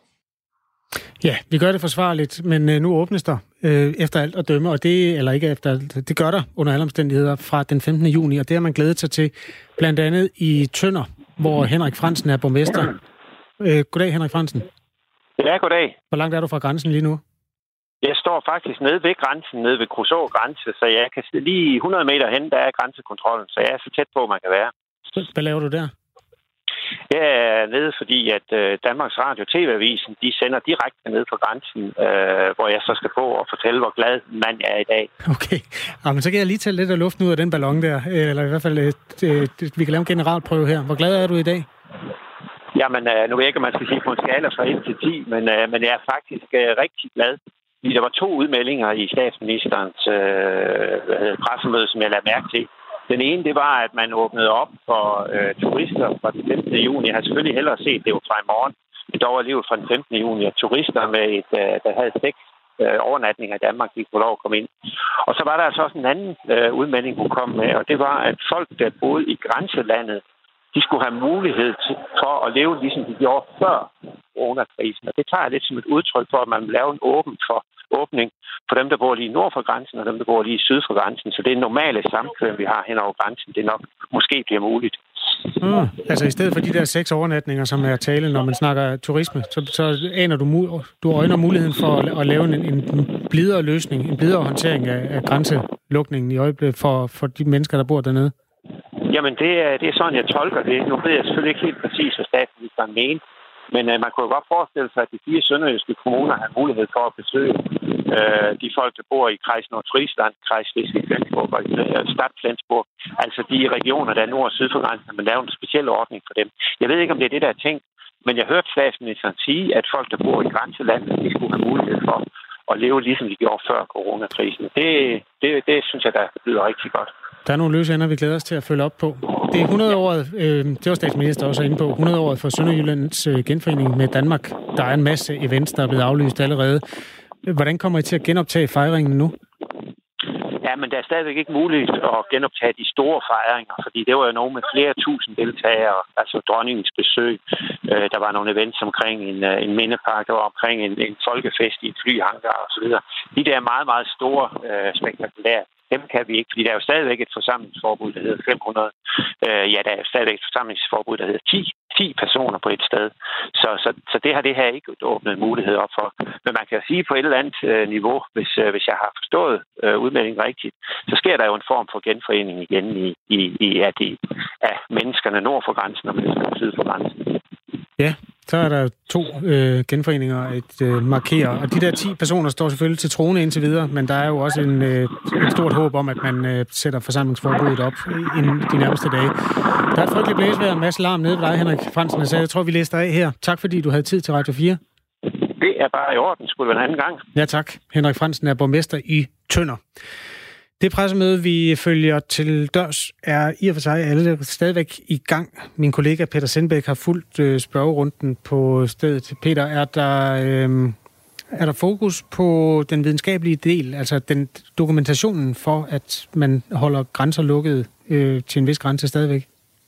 Ja, vi gør det forsvarligt, men øh, nu åbnes der øh, efter alt at dømme, og det, eller ikke efter alt, det gør der under alle omstændigheder fra den femtende juni, og det har man glædet sig til, blandt andet i Tønder, hvor Henrik Frandsen er borgmester. Øh, goddag, Henrik Frandsen. Ja, goddag. Hvor langt er du fra grænsen lige nu? Jeg står faktisk nede ved grænsen, nede ved Kruså grænse, så jeg kan lige hundrede meter hen, der er grænsekontrollen, så jeg er så tæt på, man kan være. Hvad laver du der? Jeg er nede, fordi at Danmarks Radio T V-avisen, de sender direkte ned på grænsen, øh, hvor jeg så skal på og fortælle, hvor glad mand jeg er i dag. Okay, ja, men så kan jeg lige tage lidt af luften ud af den ballon der, eller i hvert fald, øh, vi kan lave en generalprøve her. Hvor glad er du i dag? Jamen, øh, nu ved jeg ikke, om man skal sige på en skala fra et til ti, men, øh, men jeg er faktisk øh, rigtig glad. Der var to udmeldinger i statsministerens øh, pressemøde, som jeg lagde mærke til. Den ene, det var, at man åbnede op for øh, turister fra den femtende juni. Jeg har selvfølgelig hellere set, det var fra i morgen, men dog alligevel fra den femtende juni, at turister, med et, øh, der havde seks øh, overnatninger i Danmark, de kunne lov at komme ind. Og så var der altså også en anden øh, udmelding, hun kom med, og det var, at folk, der boede i grænselandet, de skulle have mulighed til, for at leve, ligesom de gjorde før coronakrisen. Og det tager jeg lidt som et udtryk for, at man vil lave en åben for åbning for dem, der bor lige nord for grænsen, og dem, der bor lige syd for grænsen. Så det er normale samkøring, vi har hen over grænsen. Det nok måske bliver muligt. Mm, altså i stedet for de der seks overnatninger, som er tale, når man snakker turisme, så, så aner du, du øjner muligheden for at, at lave en, en blidere løsning, en blidere håndtering af, af grænselukningen i øjeblikket for, for de mennesker, der bor dernede. Jamen, det er, det er sådan, jeg tolker det. Nu ved jeg selvfølgelig ikke helt præcis, hvad statsministeren mener. Men øh, man kunne jo godt forestille sig, at de fire sønderjyske kommuner har mulighed for at besøge øh, de folk, der bor i Kreis Nordfrisland, Kreis Slesvig-Flensborg og øh, Stad Flensborg. Altså de regioner, der er nord og syd for grænsen, man laver en speciel ordning for dem. Jeg ved ikke, om det er det, der er tænkt, Men jeg hørte statsministeren sige, at folk, der bor i grænselandet, de skulle have mulighed for at leve, ligesom de gjorde før coronakrisen. Det, det, det synes jeg, der lyder rigtig godt. Der er nogle løse ender, vi glæder os til at følge op på. Det er hundrede-året, øh, det var statsminister også inde på, hundrede-året for Sønderjyllands øh, genforening med Danmark. Der er en masse events, der er blevet aflyst allerede. Hvordan kommer I til at genoptage fejringen nu? Ja, men der er stadigvæk ikke muligt at genoptage de store fejringer, fordi det var jo nogle med flere tusind deltagere, altså dronningens besøg. Der var nogle events omkring en, en mindepark, der var omkring en, en folkefest i en flyhangar osv. De der meget, meget store, øh, spektakulære, dem kan vi ikke, fordi der er jo stadigvæk et forsamlingsforbud, der hedder fem hundrede. Øh, ja, der er stadigvæk et forsamlingsforbud, der hedder ti. ti personer på et sted. Så, så, så det har det her ikke åbnet mulighed op for. Men man kan sige på et eller andet øh, niveau, hvis, øh, hvis jeg har forstået øh, udmeldingen rigtigt, så sker der jo en form for genforening igen i, i, i at de, af menneskerne nord for grænsen og menneskerne syd for grænsen. Ja, så er der to øh, genforeninger at øh, markere. Og de der ti personer står selvfølgelig til troende indtil videre, men der er jo også en, øh, et stort håb om, at man øh, sætter forsamlingsforbuddet op inden de nærmeste dage. Der er et frygteligt blæsvejr, en masse larm nede ved dig, Henrik Frandsen, så jeg tror, vi læser dig af her. Tak fordi du havde tid til Radio fire. Det er bare i orden, skulle det være en anden gang. Ja, tak. Henrik Frandsen er borgmester i Tønder. Det pressemøde, vi følger til dørs, er i og for sig alle stadigvæk i gang. Min kollega Peter Sindbæk har fulgt øh, spørgerunden på stedet. Peter, er der, øh, er der fokus på den videnskabelige del, altså den dokumentationen for, at man holder grænser lukket øh, til en vis grænse stadigvæk?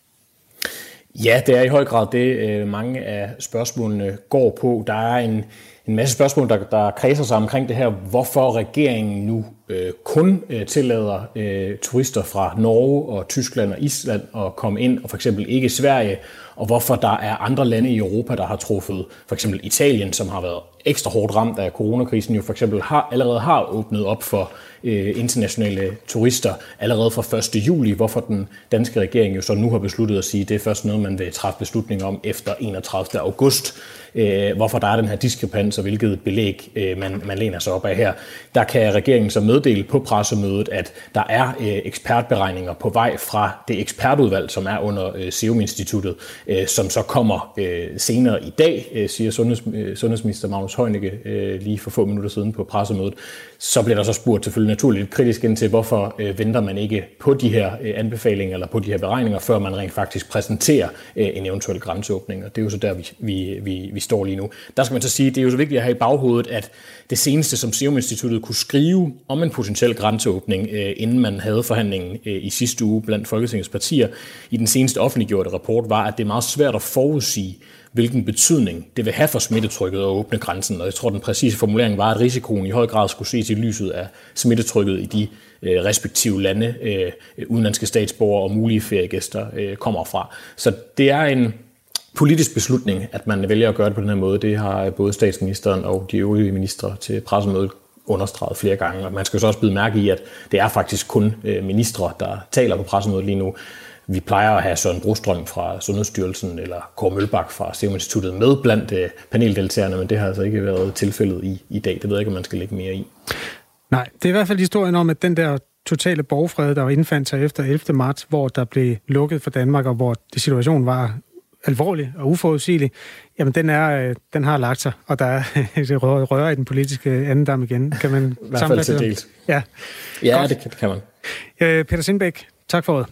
Ja, det er i høj grad det, øh, mange af spørgsmålene går på. Der er en, en masse spørgsmål, der, der kredser sig omkring det her, hvorfor regeringen nu øh, kun øh, tillader øh, turister fra Norge og Tyskland og Island at komme ind, og for eksempel ikke Sverige, og hvorfor der er andre lande i Europa, der har truffet, for eksempel Italien, som har været ekstra hårdt ramt af coronakrisen, jo for eksempel har, allerede har åbnet op for øh, internationale turister allerede fra første juli, hvorfor den danske regering jo så nu har besluttet at sige, at det er først noget, man vil træffe beslutning om efter enogtredivte august. Øh, hvorfor der er den her diskrepans, og hvilket belæg øh, man, man læner sig op af her. Der kan regeringen så meddele på pressemødet, at der er øh, ekspertberegninger på vej fra det ekspertudvalg, som er under øh, Serum-instituttet, øh, som så kommer øh, senere i dag, øh, siger sundheds, øh, sundhedsminister Magnus Heunicke øh, lige for få minutter siden på pressemødet. Så bliver der så spurgt selvfølgelig naturligt kritisk ind til, hvorfor øh, venter man ikke på de her øh, anbefalinger eller på de her beregninger, før man rent faktisk præsenterer øh, en eventuel grænseåbning. Og det er jo så der, vi, vi, vi, vi står lige nu. Der skal man så sige, det er jo så vigtigt at have i baghovedet, at det seneste, som Serum-instituttet kunne skrive om en potentiel grænseåbning, øh, inden man havde forhandlingen øh, i sidste uge blandt Folketingets partier, i den seneste offentliggjorte rapport, var, at det er meget svært at forudsige, hvilken betydning det vil have for smittetrykket at åbne grænsen. Og jeg tror, den præcise formulering var, at risikoen i høj grad skulle ses i lyset af smittetrykket i de øh, respektive lande, øh, udenlandske statsborgere og mulige feriegæster øh, kommer fra. Så det er en politisk beslutning, at man vælger at gøre det på den her måde. Det har både statsministeren og de øvrige ministre til pressemødet understreget flere gange. Og man skal så også bide mærke i, at det er faktisk kun øh, ministre, der taler på pressemødet lige nu. Vi plejer at have Søren Brostrøm fra Sundhedsstyrelsen eller Kåre Mølbak fra Serum-instituttet med blandt øh, paneldeltagerne, men det har altså ikke været tilfældet i, i dag. Det ved jeg ikke, om man skal lægge mere i. Nej, det er i hvert fald historien om, at den der totale borgfred, der indfandt sig efter ellevte marts, hvor der blev lukket for Danmark, og hvor situationen var alvorlig og uforudsigelig, jamen den, er, den har lagt sig, og der er et røre i den politiske andendam igen. Kan man i hvert fald til dels. Ja, ja det, kan, det kan man. Øh, Peter Sindbæk, tak for ordet.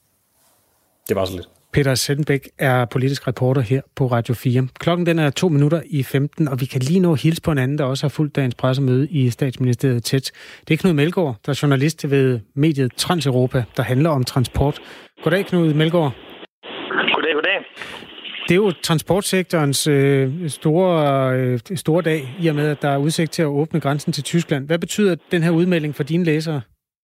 Det var så lidt. Peter Sindbæk er politisk reporter her på Radio fire. Klokken den er to minutter i femten, og vi kan lige nå hilse på en anden, der også har fulgt dagens pressemøde i Statsministeriet tæt. Det er Knud Melgaard, der er journalist ved mediet Transeuropa, der handler om transport. Goddag, Knud Melgaard. Goddag, goddag. Det er jo transportsektorens øh, store, øh, store dag, i og med, at der er udsigt til at åbne grænsen til Tyskland. Hvad betyder den her udmelding for dine læsere?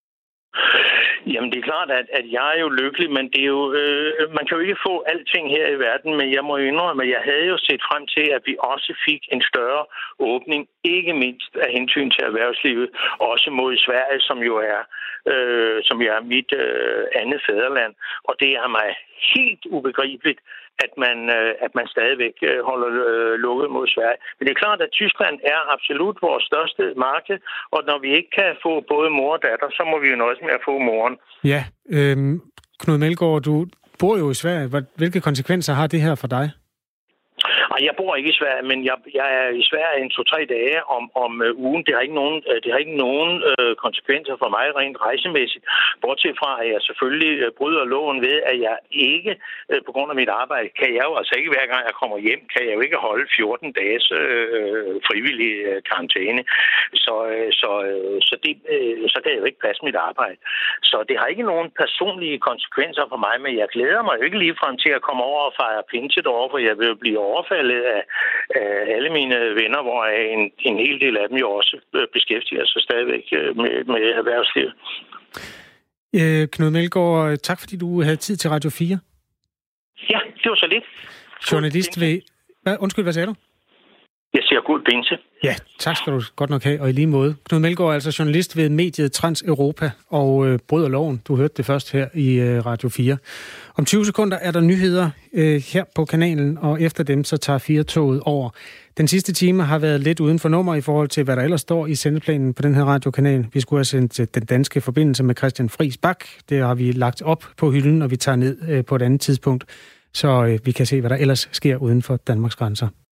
Jamen, det er klart, at, at jeg er jo lykkelig, men det er jo, øh, man kan jo ikke få alting her i verden, men jeg må indrømme, at jeg havde jo set frem til, at vi også fik en større åbning, ikke mindst af hensyn til erhvervslivet, også mod Sverige, som jo er, øh, som jo er mit øh, andet fædreland. Og det er mig helt ubegribeligt, at man, øh, at man stadigvæk øh, holder øh, lukket mod Sverige. Men det er klart, at Tyskland er absolut vores største marked, og når vi ikke kan få både mor og datter, så må vi jo nøjes med at få moren. Ja, øh, Knud Melgaard, du bor jo i Sverige. Hvilke konsekvenser har det her for dig? Og jeg bor ikke i Sverige, men jeg, jeg er i Sverige en to-tre dage om, om uh, ugen. Det har ikke nogen, uh, det har ikke nogen uh, konsekvenser for mig rent rejsemæssigt. Bortset fra, at jeg selvfølgelig uh, bryder loven ved, at jeg ikke, uh, på grund af mit arbejde, kan jeg jo altså ikke hver gang jeg kommer hjem, kan jeg jo ikke holde fjorten dages uh, frivillig uh, karantæne. Så, uh, så, uh, så, det, uh, så kan jeg jo ikke passe mit arbejde. Så det har ikke nogen personlige konsekvenser for mig, men jeg glæder mig jo ikke ligefrem til at komme over og fejre pinse derovre, for jeg vil blive overfaldet af, af alle mine venner, hvor en, en hel del af dem jo også beskæftiger sig stadigvæk med, med erhvervslivet. Øh, Knud Meldgaard, tak fordi du havde tid til Radio fire. Ja, det var så lidt. Journalist ved... Hvad? Undskyld, hvad sagde du? Jeg siger god pinse. Ja, tak skal du godt nok have, og i lige måde. Knud Meldgaard er altså journalist ved mediet Trans Europa og øh, bryder loven. Du hørte det først her i øh, Radio fire. Om tyve sekunder er der nyheder øh, her på kanalen, og efter dem så tager fire-toget over. Den sidste time har været lidt uden for nummer i forhold til, hvad der ellers står i sendeplanen på den her radiokanal. Vi skulle have sendt den danske forbindelse med Christian Friis Bak. Det har vi lagt op på hylden, og vi tager ned øh, på et andet tidspunkt, så øh, vi kan se, hvad der ellers sker uden for Danmarks grænser.